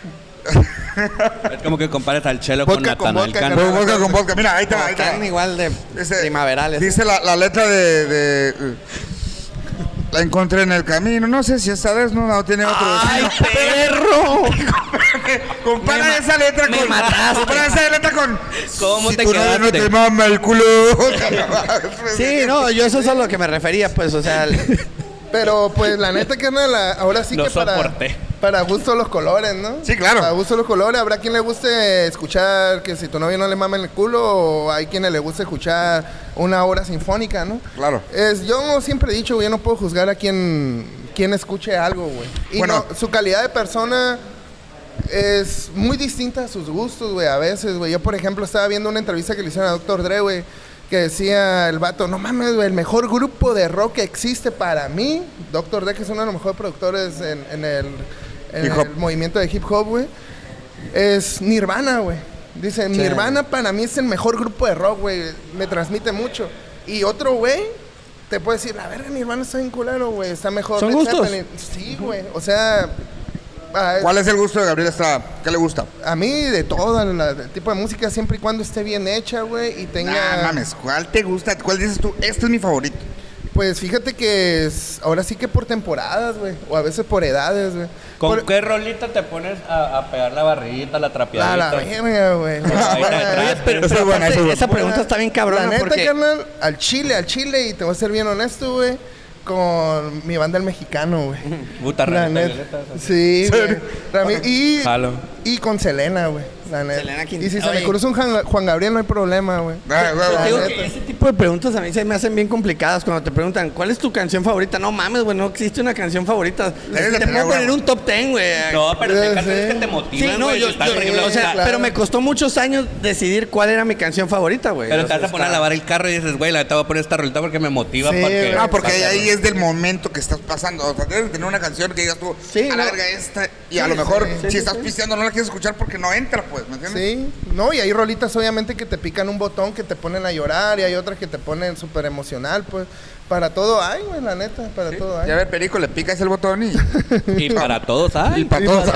Es como que compares al Chelo Vodka con con Natanael vodka, Cano. Pero vodka con vodka. Mira, ahí te va, ahí te va. Están igual de Ese- primaverales. Dice la letra la encontré en el camino. No sé si esta vez no tiene otro ¡Ay, destino. perro! Compara esa letra me con. mataste. Compara esa letra con. ¿Cómo si te tu novio no quedaste? te mama el culo. Sí, no, yo eso es a lo que me refería, pues, o sea... Pero pues la neta, carnal, ahora sí Lo que soporté. para gusto los colores, ¿no? Sí, claro. Para gusto los colores. Habrá quien le guste escuchar que si tu novio no le mama el culo, o hay quien le guste escuchar una obra sinfónica, ¿no? Claro. Yo siempre he dicho, güey, yo no puedo juzgar a quien escuche algo, güey. Y Bueno. no, su calidad de persona es muy distinta a sus gustos, güey, a veces, güey. Yo, por ejemplo, estaba viendo una entrevista que le hicieron a Dr. Dre, güey, que decía el vato, no mames, güey, el mejor grupo de rock que existe para mí, Dr. Dre, que es uno de los mejores productores en el Hip hop. movimiento de hip hop, güey, es Nirvana, güey. Dice, Nirvana para mí es el mejor grupo de rock, güey, me transmite mucho. Y otro, güey, te puede decir, la verga, Nirvana está bien culero, güey, está mejor. ¿Son Led gustos? Zeppelin". Sí, güey, o sea... ¿Cuál es el gusto de Gabriel Estrada? ¿Qué le gusta? A mí de todo el tipo de música, siempre y cuando esté bien hecha, güey, y tenga... Nah, mames, ¿cuál te gusta? ¿Cuál dices tú? Este es mi favorito. Pues fíjate que ahora sí que por temporadas, güey, o a veces por edades, güey. ¿Con Por- qué rolita te pones a pegar la barriguita, la trapeadita? la verga, güey. Oye, Pero, Esa es buena, esa es buena. esa pregunta está bien cabrona La neta, porque... carnal, al chile, y te voy a ser bien honesto, güey, con mi banda El Mexicano, güey. Puta, La Ramita neta. Violeta, Sí, güey. Jalo. Y con Selena, güey. La neta. Selena Y si Quintanilla. se me Oye. cruza un Juan Gabriel, no hay problema, güey. Ah, güey, Te digo güey. que ese tipo de preguntas a mí se me hacen bien complicadas cuando te preguntan ¿cuál es tu canción favorita? No mames, güey, no existe una canción favorita. Debes de Te tener puedo poner una. un top 10, güey. No, pero te Sí. canciones que te Sí, motivan, no, güey. yo, Si estás, por ejemplo, o sea, claro. pero me costó muchos años decidir cuál era mi canción favorita, güey. pero O te sea, vas a poner a está- lavar el carro y dices, güey, la neta voy a poner esta rolita porque me motiva. Sí, porque, güey. Ah, porque ahí es del momento que estás pasando. O sea, debes de tener una canción que digas tú, Sí, a la no. verga esta. Y a lo mejor, sí, si sí, estás sí. pisteando, no la quieres escuchar porque no entra, pues, ¿me entiendes? Sí, no, y hay rolitas obviamente que te pican un botón, que te ponen a llorar, y hay otras que te ponen súper emocional, pues. Para todo hay, güey, la neta, para todo hay. Ya ver, Perico, le picas el botón y. Y para todos, ¿ay? para todos.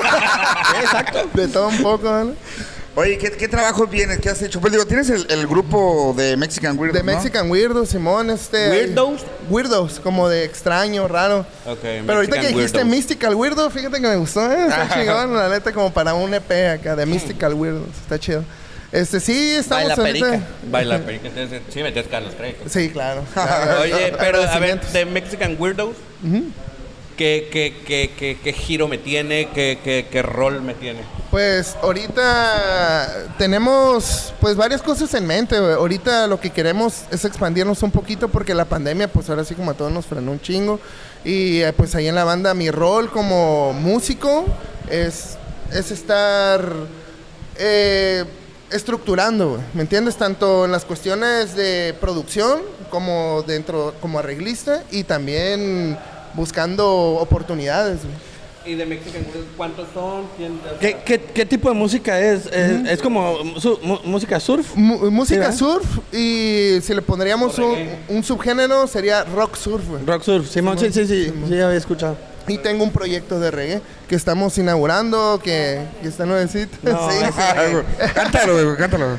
Exacto. De todo un poco, ¿no? Oye, ¿qué trabajos vienes? ¿Qué has hecho? Pues digo, tienes el grupo de Mexican Weirdos, De ¿no? Mexican Weirdos, Simón, ¿Weirdos? Weirdos, como de extraño, raro. Ok, Pero ahorita que Mexican dijiste Weirdos. Mystical Weirdo, fíjate que me gustó, Está chingón, la neta, como para un EP acá, de Mystical Weirdos. Está chido. Sí, estamos Baila ahorita... perica. Baila, perica. Entonces, sí, metes Carlos créditos. Sí, claro. Oye, pero a ver, Agradecimientos. de Mexican Weirdos, ¿qué giro me tiene? ¿Qué rol me tiene? Pues ahorita tenemos pues varias cosas en mente, güey. Ahorita lo que queremos es expandirnos un poquito porque la pandemia pues ahora sí como a todos nos frenó un chingo. Y pues ahí en la banda mi rol como músico es estar estructurando, güey, ¿me entiendes? Tanto en las cuestiones de producción como dentro, como arreglista y también buscando oportunidades, güey. ¿Y de Mexican Group cuántos son? ¿Qué tipo de música es? ¿Es como música surf? Música Sí, surf y si le pondríamos un subgénero sería rock surf, güey. Rock surf, Simón, sí, ya había escuchado. Y tengo un proyecto de reggae que estamos inaugurando, que está nuevecito. No, Sí. Cántalo, güey, cántalo.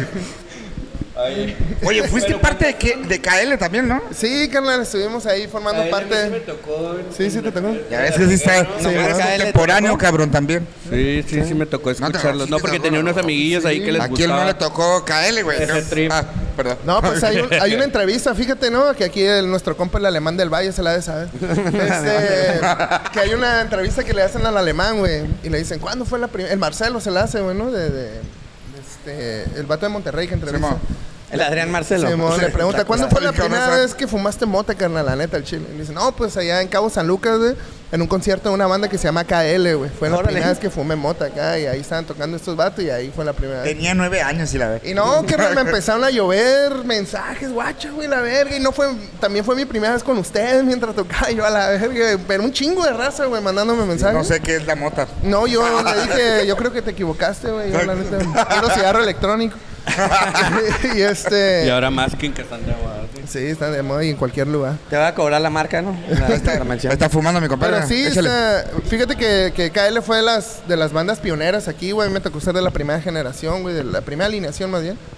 Oye, fuiste parte de KL también, ¿no? Sí, carnal, estuvimos ahí formando Sí me parte. tocó. Sí, te tocó. Ya ves que sí está Sí, es KL contemporáneo, tocó. cabrón, también. Sí, me tocó escucharlos. No, porque tenía unos amiguillos ahí que les ¿A quién no gustaba. le tocó KL, güey? Ese trip. Ah, perdón. No, pues hay una entrevista, fíjate, ¿no? Que aquí nuestro compa, el alemán del Valle, se la ha de saber. Que hay una entrevista que le hacen al alemán, güey. Y le dicen, ¿cuándo fue la primera? El Marcelo se la hace, güey, ¿no? El vato de Monterrey que entrevista. Simón. El Adrián Marcelo. Simón le pregunta, ¿cuándo fue la Claro. primera vez que fumaste mota, carnal? La neta, el chile. Y le dice, no, pues allá en Cabo San Lucas, güey, en un concierto de una banda que se llama KL, güey. Fue la Órale. primera vez que fumé mota acá y ahí estaban tocando estos vatos y ahí fue la primera vez. Tenía 9 años y la ve. Y no, que me empezaron a llover mensajes, guacha, güey, la verga. Y no fue, también fue mi primera vez con ustedes mientras tocaba yo a la verga. Pero un chingo de raza, güey, mandándome mensajes. No sé qué es la mota. No, yo le dije, yo creo que te equivocaste, güey. Yo, la neta, quiero cigarro electrónico. Y ahora Masking que están de moda. ¿Sí? Sí, están de moda y en cualquier lugar. Te va a cobrar la marca, ¿no? La mención. Está fumando mi compadre. Pero sí, Échale. fíjate que KL fue de las bandas pioneras aquí, güey. Me tocó ser de la primera generación, güey, de la primera alineación más bien.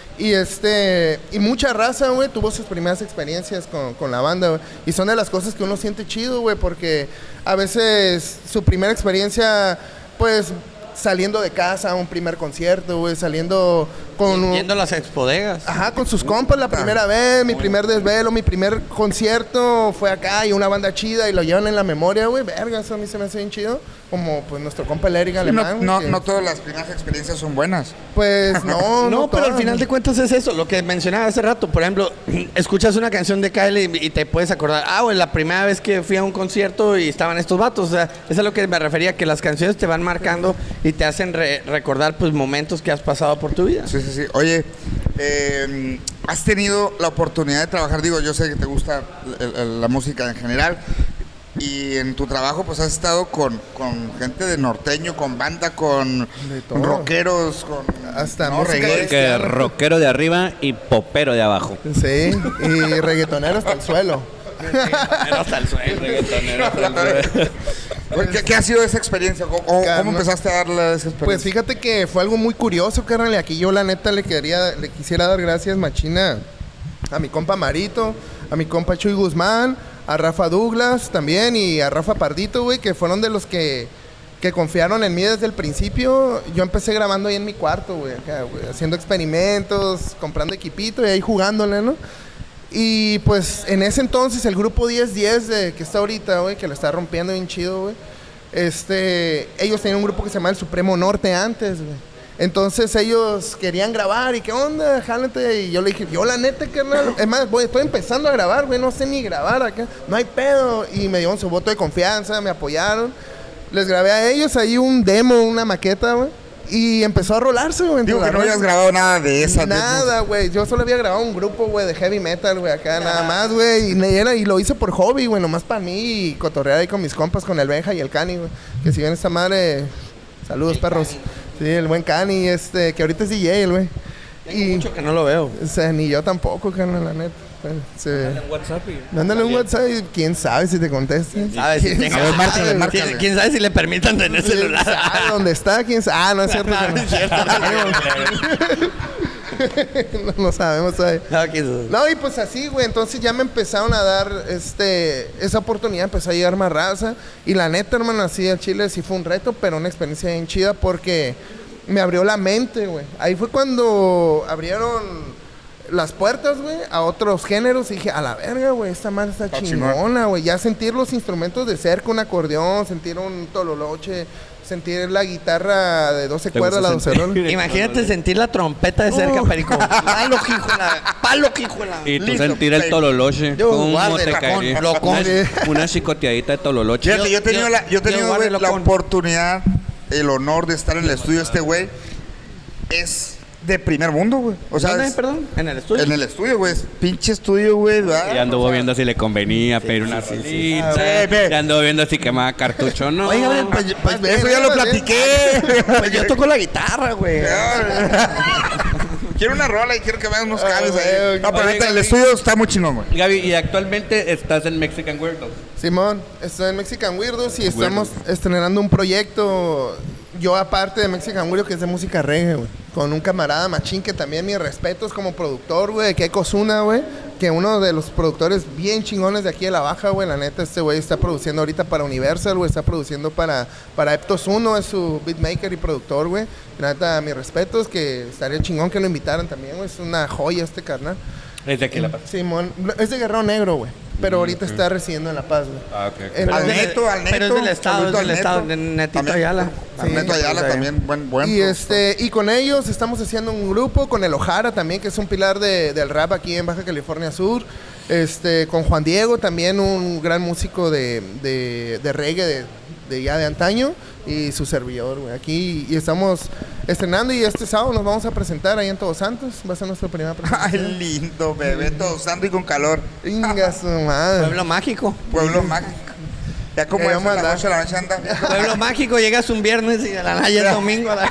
Y mucha raza, güey, tuvo sus primeras experiencias con la banda, güey. Y son de las cosas que uno siente chido, güey, porque a veces su primera experiencia, pues, saliendo de casa a un primer concierto, güey, saliendo con... Yendo a las expodegas. Ajá, con sus compas la primera vez, mi primer desvelo, mi primer concierto fue acá y una banda chida y lo llevan en la memoria, güey, verga, eso a mí se me hace bien chido. Como pues nuestro compa el Eric alemán. No todas las primeras experiencias son buenas. Pues no, No, pero al todas. final de cuentas es eso, lo que mencionaba hace rato. Por ejemplo, escuchas una canción de KL y te puedes acordar, güey, la primera vez que fui a un concierto y estaban estos vatos. O sea, eso es a lo que me refería, que las canciones te van marcando y te hacen recordar pues momentos que has pasado por tu vida. Sí. Oye, ¿has tenido la oportunidad de trabajar? Digo, yo sé que te gusta la música en general. Y en tu trabajo, pues has estado con gente de norteño, con banda, con todo. rockeros, con Hasta no, música reggae. Que rockero de arriba y popero de abajo. Sí, y reggaetonero hasta el suelo. Hasta el suelo, reggaetonero hasta el suelo. Oye, ¿Qué ha sido esa experiencia? ¿Cómo empezaste a darle esa experiencia? Pues fíjate que fue algo muy curioso, carnal. Y aquí yo la neta le quisiera dar gracias, machina, a mi compa Marito, a mi compa Chuy Guzmán, a Rafa Douglas también y a Rafa Pardito, güey, que fueron de los que confiaron en mí desde el principio. Yo empecé grabando ahí en mi cuarto, güey, acá, güey, haciendo experimentos, comprando equipito y ahí jugándole, ¿no? Y pues en ese entonces el grupo 1010 que está ahorita, güey, que lo está rompiendo bien chido, güey. Ellos tenían un grupo que se llama El Supremo Norte antes, güey. Entonces ellos querían grabar y ¿qué onda? Jálate. Y yo le dije, yo la neta, carnal. Es más, estoy empezando a grabar, güey, no sé ni grabar acá. No hay pedo. Y me dieron su voto de confianza, me apoyaron. Les grabé a ellos ahí un demo, una maqueta, güey. Y empezó a rolarse, güey. Digo que no habías grabado nada de esa. Nada, güey. Yo solo había grabado un grupo, güey, de heavy metal, güey, acá nada más, güey. Y lo hice por hobby, güey, nomás para mí. Y cotorrear ahí con mis compas, con el Benja y el Cani, güey. Que si ven esta madre, saludos, perros. Sí, el buen Cani, que ahorita es DJ, el güey. Tengo mucho que no lo veo. O sea, ni yo tampoco, carnal, la neta. En WhatsApp Mándale un WhatsApp y quién sabe si te contesta. ¿Sabes? Si ¿Quién tenga- A ver, márcale, márcale. ¿Quién sabe si le permitan tener ¿Quién celular? sabe dónde está? ¿Quién sabe? No es cierto. No, no es cierto. No sabemos todavía. No, quién- No, y pues así, güey. Entonces ya me empezaron a dar esa oportunidad, empezó a llegar más raza. Y la neta, hermano, así al Chile sí fue un reto, pero una experiencia bien chida porque me abrió la mente, güey. Ahí fue cuando abrieron las puertas, güey, a otros géneros. Y dije, a la verga, güey, esta madre está chingona, güey. Ya sentir los instrumentos de cerca, un acordeón, sentir un tololoche, sentir la guitarra de 12 cuerdas, la docerola. Imagínate sentir la trompeta de cerca, perico. Palo, hijo de la. Y tú sentir el tololoche. Yo, ¿Cómo guarde, te locón, caería? locón. Una chicoteadita de tololoche. Fíjate, yo he tenido, guarde, la locón. oportunidad, el honor de estar en el estudio de este güey. Es de primer mundo, güey. O sea, ¿Dónde, es- perdón? ¿En el estudio? en el estudio, güey. Es pinche estudio, güey. ¿verdad? Y anduvo O sea, viendo si le convenía pedir una rolita. ve. Y anduvo viendo si quemaba cartucho o no. Oye, Gabriel, pues Eso ya lo platiqué. pues yo toco la guitarra, güey. Quiero una rola y quiero que me hagan unos cables güey. ahí. No, pero Oye, ahorita el Gaby. estudio está muy chingón, güey. Gaby, y actualmente estás en Mexican Weirdo. Simón, estoy en Mexican Weirdos y estamos estrenando un proyecto, yo aparte de Mexican Weirdo, que es de música reggae, güey. Con un camarada machín que también mis respetos como productor, güey, que Ozuna, güey. Que uno de los productores bien chingones de aquí de la Baja, güey. La neta, este güey está produciendo ahorita para Universal, güey. Está produciendo para Eptos 1, es su beatmaker y productor, güey. La neta, mis respetos, que estaría chingón que lo invitaran también, güey. Es una joya este carnal. Desde aquí la paz. Simón, es de Guerrero Negro, güey. Pero ahorita está residiendo en La Paz, güey. Ah, ok. En Al la- Neto. Pero es del estado, Saludito es del al estado, Neto. de Netito También. Ayala. Al Neto Ayala pues, también, buen. Y con ellos estamos haciendo un grupo con el Ojara también, que es un pilar del rap aquí en Baja California Sur. Con Juan Diego también, un gran músico de reggae de ya de antaño, y su servidor, güey. Aquí y estamos estrenando, y este sábado nos vamos a presentar ahí en Todos Santos. Va a ser nuestra primera Ay, presentación. lindo, bebé, todo santo y con calor. Inga su madre. Pueblo mágico. Pueblo mágico. Ya como es vamos a a las andar. 8 de la noche anda. Pueblo mágico, llegas un viernes y a la nada ya es domingo. A la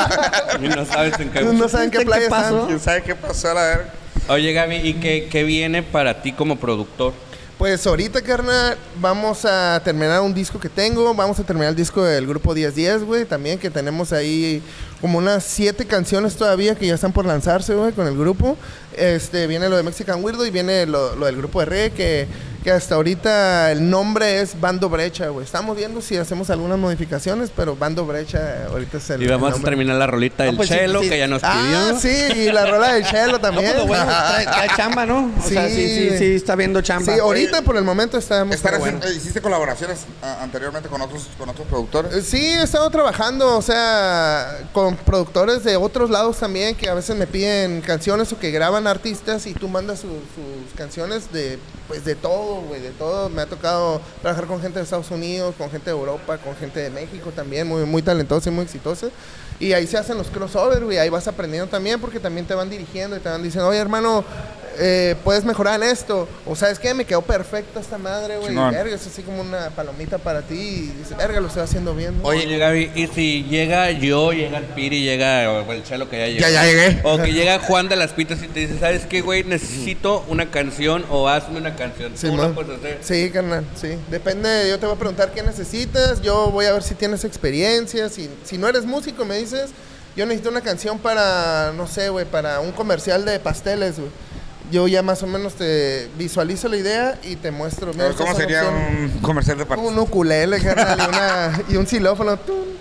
Y no sabes en qué. No saben qué playa pasó? están. ¿Quién sabe qué pasó a la verga? Oye, Gaby, ¿y qué viene para ti como productor? Pues ahorita, carnal, vamos a terminar un disco que tengo. Vamos a terminar el disco del grupo 1010, güey. También que tenemos ahí como unas 7 canciones todavía que ya están por lanzarse, güey, con el grupo. Viene lo de Mexican Weirdo y viene lo del grupo de reggae que hasta ahorita el nombre es Bando Brecha, güey. Estamos viendo si hacemos algunas modificaciones, pero Bando Brecha ahorita es el Y vamos a nombre. terminar la rolita del pues sí, Chelo, sí. que ya nos pidió. Ah, sí, y la rola del Chelo también. No, pues lo bueno, trae chamba, ¿no? O sea, Sí. sí, está viendo chamba. Sí, ahorita por el momento estamos... Estar pero bueno. ¿Hiciste colaboraciones anteriormente con otros productores? Sí, he estado trabajando, o sea, con productores de otros lados también, que a veces me piden canciones o que graban artistas y tú mandas sus canciones de todo, güey, de todo. Me ha tocado trabajar con gente de Estados Unidos, con gente de Europa, con gente de México también, muy, muy talentosa y muy exitosa. Y ahí se hacen los crossovers, güey, ahí vas aprendiendo también, porque también te van dirigiendo y te van diciendo, oye, hermano, puedes mejorar en esto. O sabes qué, me quedó perfecta esta madre, güey. Chingón. Verga, es así como una palomita para ti. Y dices, verga, lo estoy haciendo bien, ¿no? Oye, Gaby, y si llega llega el Piri, llega el Chelo que ya llegó. Ya llegué. O que llega Juan de las Pitas y te dice, ¿sabes qué, güey? Necesito una canción o hazme una canción. Sí, ¿Tú man. la puedes hacer? Sí, carnal, sí. Depende, yo te voy a preguntar qué necesitas, yo voy a ver si tienes experiencia, si no eres músico me dices, yo necesito una canción para, no sé, güey, para un comercial de pasteles, güey. Yo ya más o menos te visualizo la idea y te muestro. mira, estas ¿Cómo son sería opciones. un comercial de partes? Un ukulele, carnal, y un xilófono.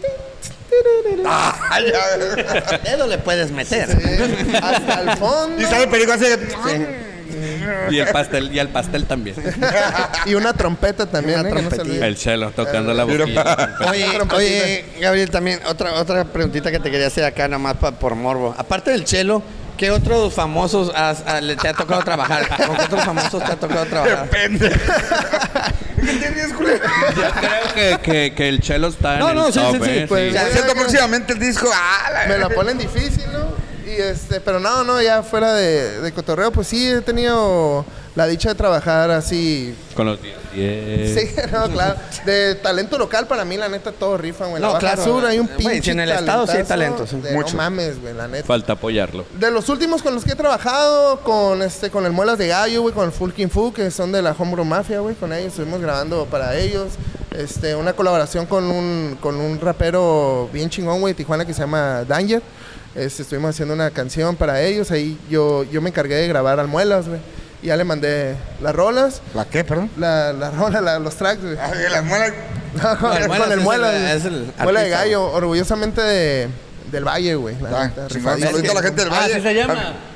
Dedo le puedes meter. Sí, hasta el fondo. Y sale el perico así. Y el pastel también. Y una trompeta también, Una que no se trompetilla. olvide. El Chelo tocando la boquilla. Oye, Gabriel, también otra preguntita que te quería hacer acá, nada más por morbo. Aparte del Chelo, ¿qué otros famosos te ha tocado trabajar? ¿Con qué otros famosos te ha tocado trabajar? Depende. ¿Qué te ríes, culero? Yo creo que el Chelo está No, en no, el sí, top, sí, sí, ¿eh? pues, Sí. Por cierto, próximamente el disco. Me la ponen difícil, ¿no? Y pero no, ya fuera de cotorreo, pues sí he tenido la dicha de trabajar así. Con los 10. Sí, no, claro. De talento local, para mí, la neta, todo rifa, güey. En la No, Baja claro. Sur hay un Güey, pinche si en el estado sí hay talentazo talento, sí. de Mucho. No mames, güey, la neta. Falta apoyarlo. De los últimos con los que he trabajado, con el Muelas de Gallo, güey, con el Fulkin Fu, que son de la Homebrew Mafia, güey, con ellos estuvimos grabando para ellos. Una colaboración con un rapero bien chingón, güey, de Tijuana, que se llama Danger. Estuvimos haciendo una canción para ellos, ahí yo me encargué de grabar al Muelas, güey. Y ya le mandé las rolas, ¿La qué, perdón? la rola, los tracks, güey. Las muelas. Con el Muelas el es Muelas, el- güey. es el Muela de artista, Gallo, orgullosamente del Valle, güey. la Ah, neta, chingón. rifadísimo. Saludito a la gente del Valle. ¿Así se llama?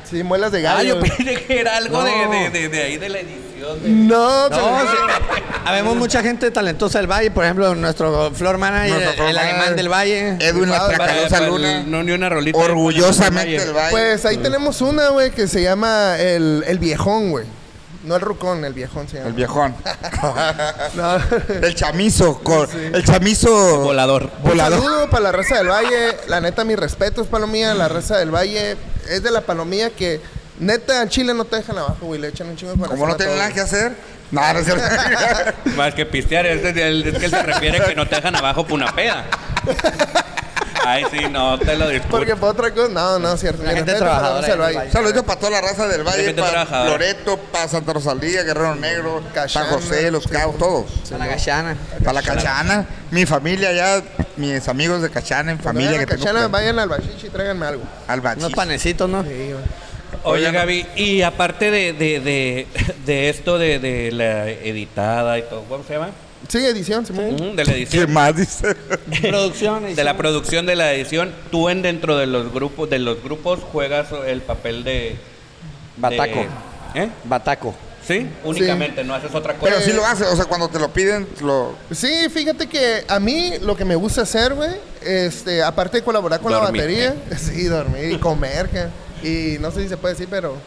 Sí, muelas de Ah, gallo. yo pensé que era algo No. de ahí de la edición. No, pero... No, sí. Habemos mucha gente talentosa del Valle, por ejemplo, nuestro floor manager, Nuestro floor el manager. alemán del Valle. Edwin La Tracalosa Para- Luna. No, ni una rolita. Orgullosamente el Valle. Pues ahí tenemos una, güey, que se llama el viejón, güey. No el rucón, el viejón se llama. El viejón. No. El chamizo. El chamizo. Volador. Un Volador. saludo para la raza del Valle. La neta, mis respetos, Palomía. La raza del Valle es de la Palomía que, neta, al chile no te dejan abajo, güey. Le echan un chingo de corazón. Como no a tienen todo. nada que hacer. No, no es cierto. Más que pistear, es que él se refiere que no te dejan abajo por una peda. Ay, sí, no, te lo discuto. Porque para otra cosa, no, es cierto. La Mi gente respeto para la trabajadora raza del del Valle. Valle. Saludos para toda la raza del Valle, gente para trabajadora. Loreto, para Santa Rosalía, Guerrero Negro, Cachana. San José, Los Cabos, todos. A la gachana. Para la Cachana, mi familia allá, mis amigos de Cachana, en Cuando familia vayan que a tengo Cachana, por ahí. vayan al bachichi y tráiganme algo. Al Unos bachis. panecitos, ¿no? Sí, güey. Oye, Gaby, y aparte de esto de la editada y todo, ¿cómo se llama? Sí, edición, Simón. De la ¿Qué edición. más dice? Producciones. De la producción de la edición, tú dentro de los grupos juegas el papel de Bataco. ¿Eh? Bataco. Sí, únicamente, no haces otra cosa. Pero sí lo hace, o sea, cuando te lo piden, lo... Sí, fíjate que a mí lo que me gusta hacer, güey, aparte de colaborar con Dormir. la batería, sí, dormir y comer, y no sé si se puede decir, pero...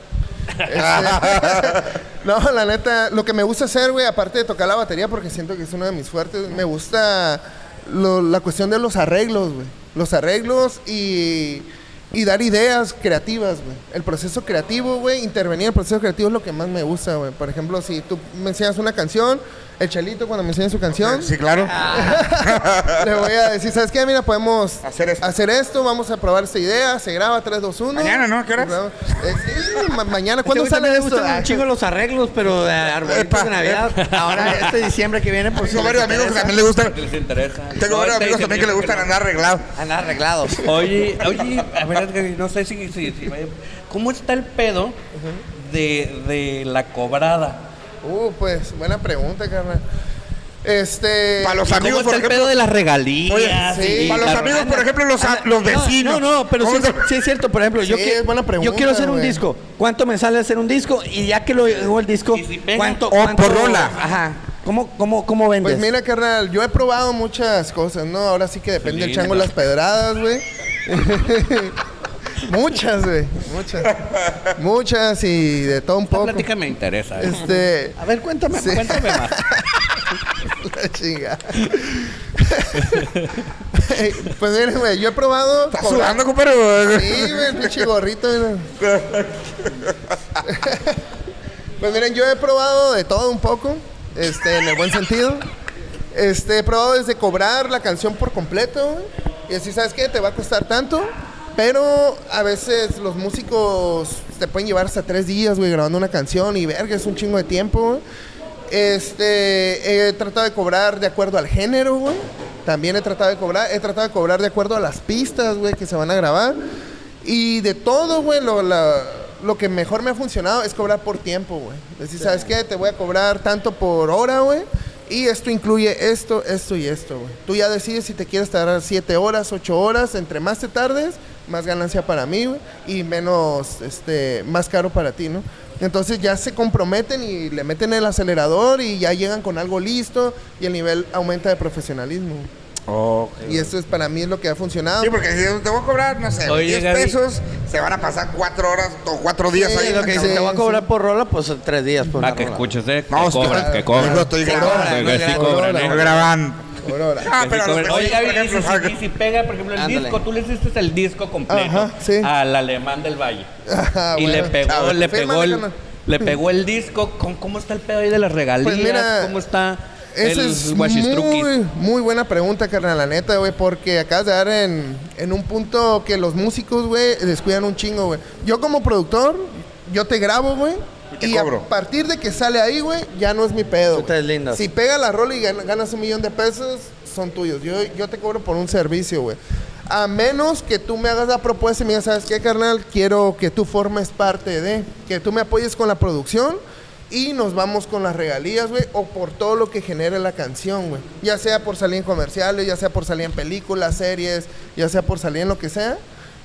no, la neta, lo que me gusta hacer, güey, aparte de tocar la batería, porque siento que es uno de mis fuertes, me gusta la cuestión de los arreglos, güey. Los arreglos y dar ideas creativas, güey. El proceso creativo, güey, intervenir en el proceso creativo es lo que más me gusta, güey. Por ejemplo, si tú me enseñas una canción, el Chelito cuando me enseña su canción, Sí, claro. le voy a decir, ¿sabes qué? Mira, podemos Hacer esto. vamos a probar esta idea, se graba 3, 2, 1. Mañana, ¿no? ¿Qué horas? Sí, mañana. ¿Cuándo ¿Cuándo sale me esto? gustan un chingo los arreglos, pero arbolitos Epa, de Navidad. Ahora, este diciembre que viene, pues. Tengo si varios les amigos que interesa, también les gustan. ¿Les interesa? Tengo varios No, amigos también que les gustan andar arreglados. andar arreglados. Oye, a ver, Gaby, no sé si ¿cómo está el pedo de la cobrada? Pues, buena pregunta, carnal. Para los ¿Cómo amigos, está por el ejemplo... pedo de las regalías? Oye, sí, para los amigos, por ejemplo, los vecinos. No, pero sí, ¿Cómo se- sí es cierto. Por ejemplo, Sí, es buena pregunta, yo quiero hacer un güey. disco. ¿Cuánto me sale hacer un disco? Y ya que lo hago el disco, ¿Y si pega? ¿cuánto? Por rola. Ajá. ¿Cómo vendes? Pues mira, carnal, yo he probado muchas cosas, ¿no? Ahora sí que depende del Gasolina, chango ¿no? las pedradas, güey. Muchas, güey. Muchas y de todo un Esta poco. plática me interesa. A ver, cuéntame. Sí. Cuéntame más. La chinga. Pues miren, güey, yo he probado. ¿Estás cobrar- sudando, compadre? Sí, güey, el pinche gorrito. Mira. Pues miren, yo he probado de todo un poco, en el buen sentido. He probado desde cobrar la canción por completo, güey, y decir, ¿sabes qué? Te va a costar tanto, pero a veces los músicos te pueden llevar hasta 3 días, güey, grabando una canción y verga, es un chingo de tiempo, güey. He tratado de cobrar de acuerdo al género, güey. También he tratado de cobrar de acuerdo a las pistas, güey, que se van a grabar. Y de todo, güey, lo que mejor me ha funcionado es cobrar por tiempo, güey. Decir, ¿sabes qué? Te voy a cobrar tanto por hora, güey. Y esto incluye esto, esto y esto, güey. Tú ya decides si te quieres tardar 7 horas, 8 horas. Entre más te tardes, más ganancia para mí, güey. Y menos, más caro para ti, ¿no? Entonces ya se comprometen y le meten el acelerador y ya llegan con algo listo y el nivel aumenta de profesionalismo. Y eso es para mí lo que ha funcionado. Sí, porque si te voy a cobrar, no sé, Oye, 10 Gaby. pesos, se van a pasar 4 horas o 4 días Sí, ahí. Lo que dice, Sí, te voy a sí. cobrar por rola, pues 3 días por Para una que rola. escuches, que No, cobran, que Yo cobran. estoy grabando. Que sí cobran, Estoy grabando. Por hora. Ah, Que pero sí los cobran. Oye, vecinos, Gaby, por ejemplo, y si pega, por ejemplo, el Ándale. disco, tú le hiciste el disco completo Ajá, sí. al alemán del Valle. Ah, Y bueno. Fírmale, carnal. le pegó el disco. ¿Cómo está el pedo ahí de las regalías? Pues mira, ¿Cómo está Esa el es guachistruquis? muy buena pregunta, carnal, la neta, güey, porque acabas de dar en un punto que los músicos, güey, descuidan un chingo, güey. Yo como productor, yo te grabo, güey, te y cobro. a partir de que sale ahí, güey, ya no es mi pedo. Tú te güey. deslindas. Si pega la rola y ganas $1,000,000 de pesos, son tuyos. Yo te cobro por un servicio, güey. A menos que tú me hagas la propuesta y me digas, ¿sabes qué, carnal? Quiero que tú formes parte de, que tú me apoyes con la producción y nos vamos con las regalías, güey, o por todo lo que genere la canción, güey. Ya sea por salir en comerciales, ya sea por salir en películas, series, ya sea por salir en lo que sea.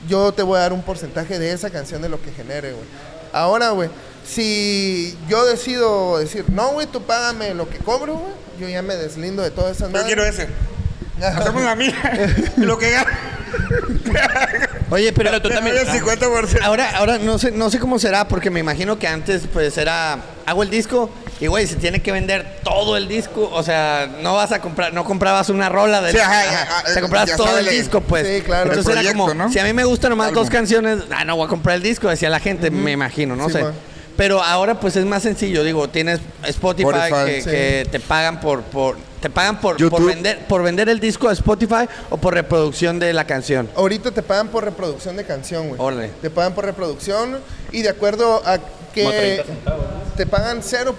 yo te voy a dar un porcentaje de esa canción de lo que genere, güey. Ahora, güey, si yo decido decir, no, güey, tú págame lo que cobro, güey, yo ya me deslindo de todas esas Yo madres. quiero ese. Hacemos la mía. Lo que gana. Oye, pero tú Te también. doy el 50%. ahora no sé cómo será, porque me imagino que antes pues era, hago el disco y güey, se tiene que vender todo el disco, o sea, no comprabas una rola del Sí, ajá, te comprabas ya todo sabe el el- disco, pues. Sí, claro. Entonces el era como, proyecto, ¿no? si a mí me gustan nomás Álbum. 2 canciones, no voy a comprar el disco, decía la gente, me imagino, no Sí, sé. man. Pero ahora pues es más sencillo, digo, tienes Spotify, Spotify, que te pagan por YouTube. vender el disco a Spotify o por reproducción de la canción. Ahorita te pagan por reproducción de canción, güey. Órale. Te pagan por reproducción y de acuerdo a Como que 30 centavos. te pagan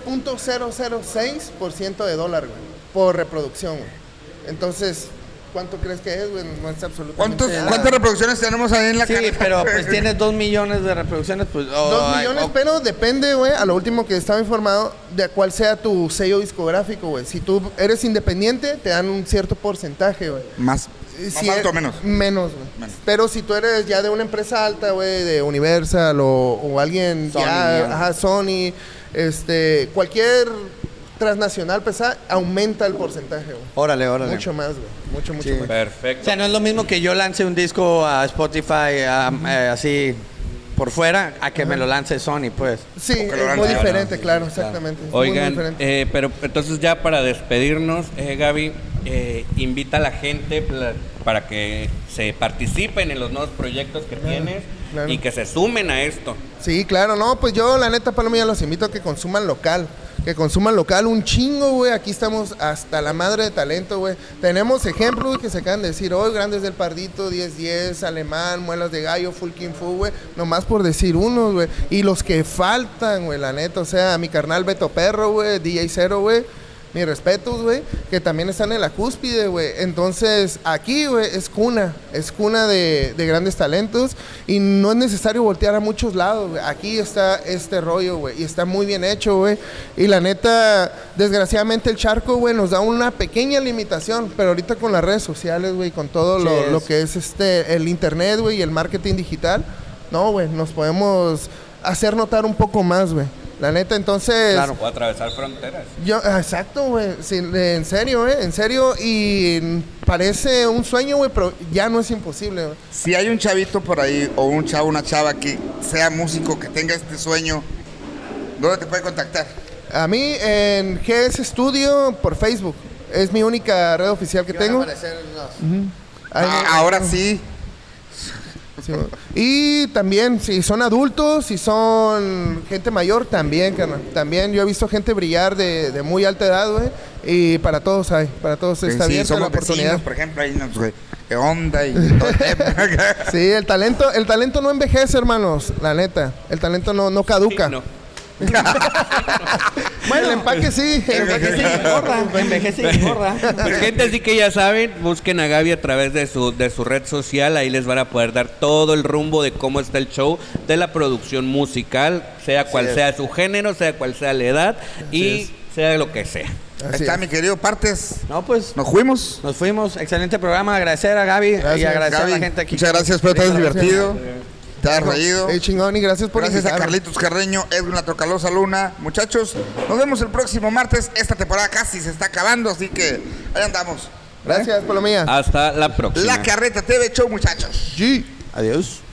0.006% de dólar, güey, por reproducción, güey. Entonces, ¿cuánto crees que es, güey? No es absolutamente nada. ¿Cuántas reproducciones tenemos ahí en la Sí, carreta? pero pues tienes 2 millones de reproducciones, pues... 2 millones, pero depende, güey, a lo último que estaba informado, de cuál sea tu sello discográfico, güey. Si tú eres independiente, te dan un cierto porcentaje, güey. Más Si alto o es- menos. Menos, güey. Menos. Pero si tú eres ya de una empresa alta, güey, de Universal o alguien Sony, ya, ya. ajá, Sony, cualquier transnacional pesada, aumenta el porcentaje, güey. Órale. Mucho más, güey. Mucho Sí. más. O Perfecto. sea, no es lo mismo que yo lance un disco a Spotify así por fuera a que me lo lance Sony, pues. Sí, O que lo es muy lance, diferente, claro, exactamente. Es muy, muy Oigan, diferente. pero entonces ya para despedirnos, Gaby, invita a la gente para que se participen en los nuevos proyectos que tienes claro. y que se sumen a esto. Sí, claro, no, pues yo la neta, Paloma, ya los invito a que consuman local. Que consuman local un chingo, güey. Aquí estamos hasta la madre de talento, güey. Tenemos ejemplos, güey, que se acaban de decir hoy, Grandes del Pardito, 10-10, Alemán, Muelas de Gallo, Full King Fu, güey. Nomás por decir unos, güey. Y los que faltan, güey, la neta. O sea, mi carnal Beto Perro, güey, DJ Cero, güey. Mis respetos, güey, que también están en la cúspide, güey. Entonces, aquí, güey, es cuna de grandes talentos y no es necesario voltear a muchos lados, güey. Aquí está este rollo, güey, y está muy bien hecho, güey. Y la neta, desgraciadamente el charco, güey, nos da una pequeña limitación, pero ahorita con las redes sociales, güey, con todo lo que es el internet, güey, y el marketing digital, no, güey, nos podemos hacer notar un poco más, güey. La neta, entonces... Claro. O atravesar fronteras. Exacto, güey. Sí, en serio, en serio. Y parece un sueño, güey, pero ya no es imposible, güey. Si hay un chavito por ahí o un chavo, una chava que sea músico, que tenga este sueño, ¿dónde te puede contactar? A mí en GS Studio por Facebook. Es mi única red oficial que tengo. Ahí me- Ahora sí. Sí, güey. Y también, si son adultos, si son gente mayor, también, carnal. También yo he visto gente brillar de muy alta edad, güey. Y para todos hay, para todos está Sí, abierta la somos oportunidad. vecinos, por ejemplo, ahí nos, güey, ¿qué onda? Y todo el tema. Sí, el talento no envejece, hermanos, la neta. El talento no caduca. Sí, no. Bueno, el empaque sí. Envejece y gorra. Pues, gente, así que ya saben, busquen a Gaby a través de su red social, ahí les van a poder dar todo el rumbo de cómo está el show, de la producción musical, sea cual sea su género, sea cual sea la edad y sea lo que sea. Ahí Así está, es. mi querido Partes. No, pues Nos fuimos. nos fuimos. Excelente programa. Agradecer a Gaby y Gracias, agradecer Gaby, a la gente aquí. muchas gracias, espero te hayas divertido. Te has reído. Chingón, y gracias por Gracias a invitarme. Carlitos Carreño, Edwin La Trocalosa Luna. Muchachos, nos vemos el próximo martes. Esta temporada casi se está acabando, así que ahí andamos. Gracias, Palomilla. Hasta la próxima. La Carreta TV Show, muchachos. G. Adiós.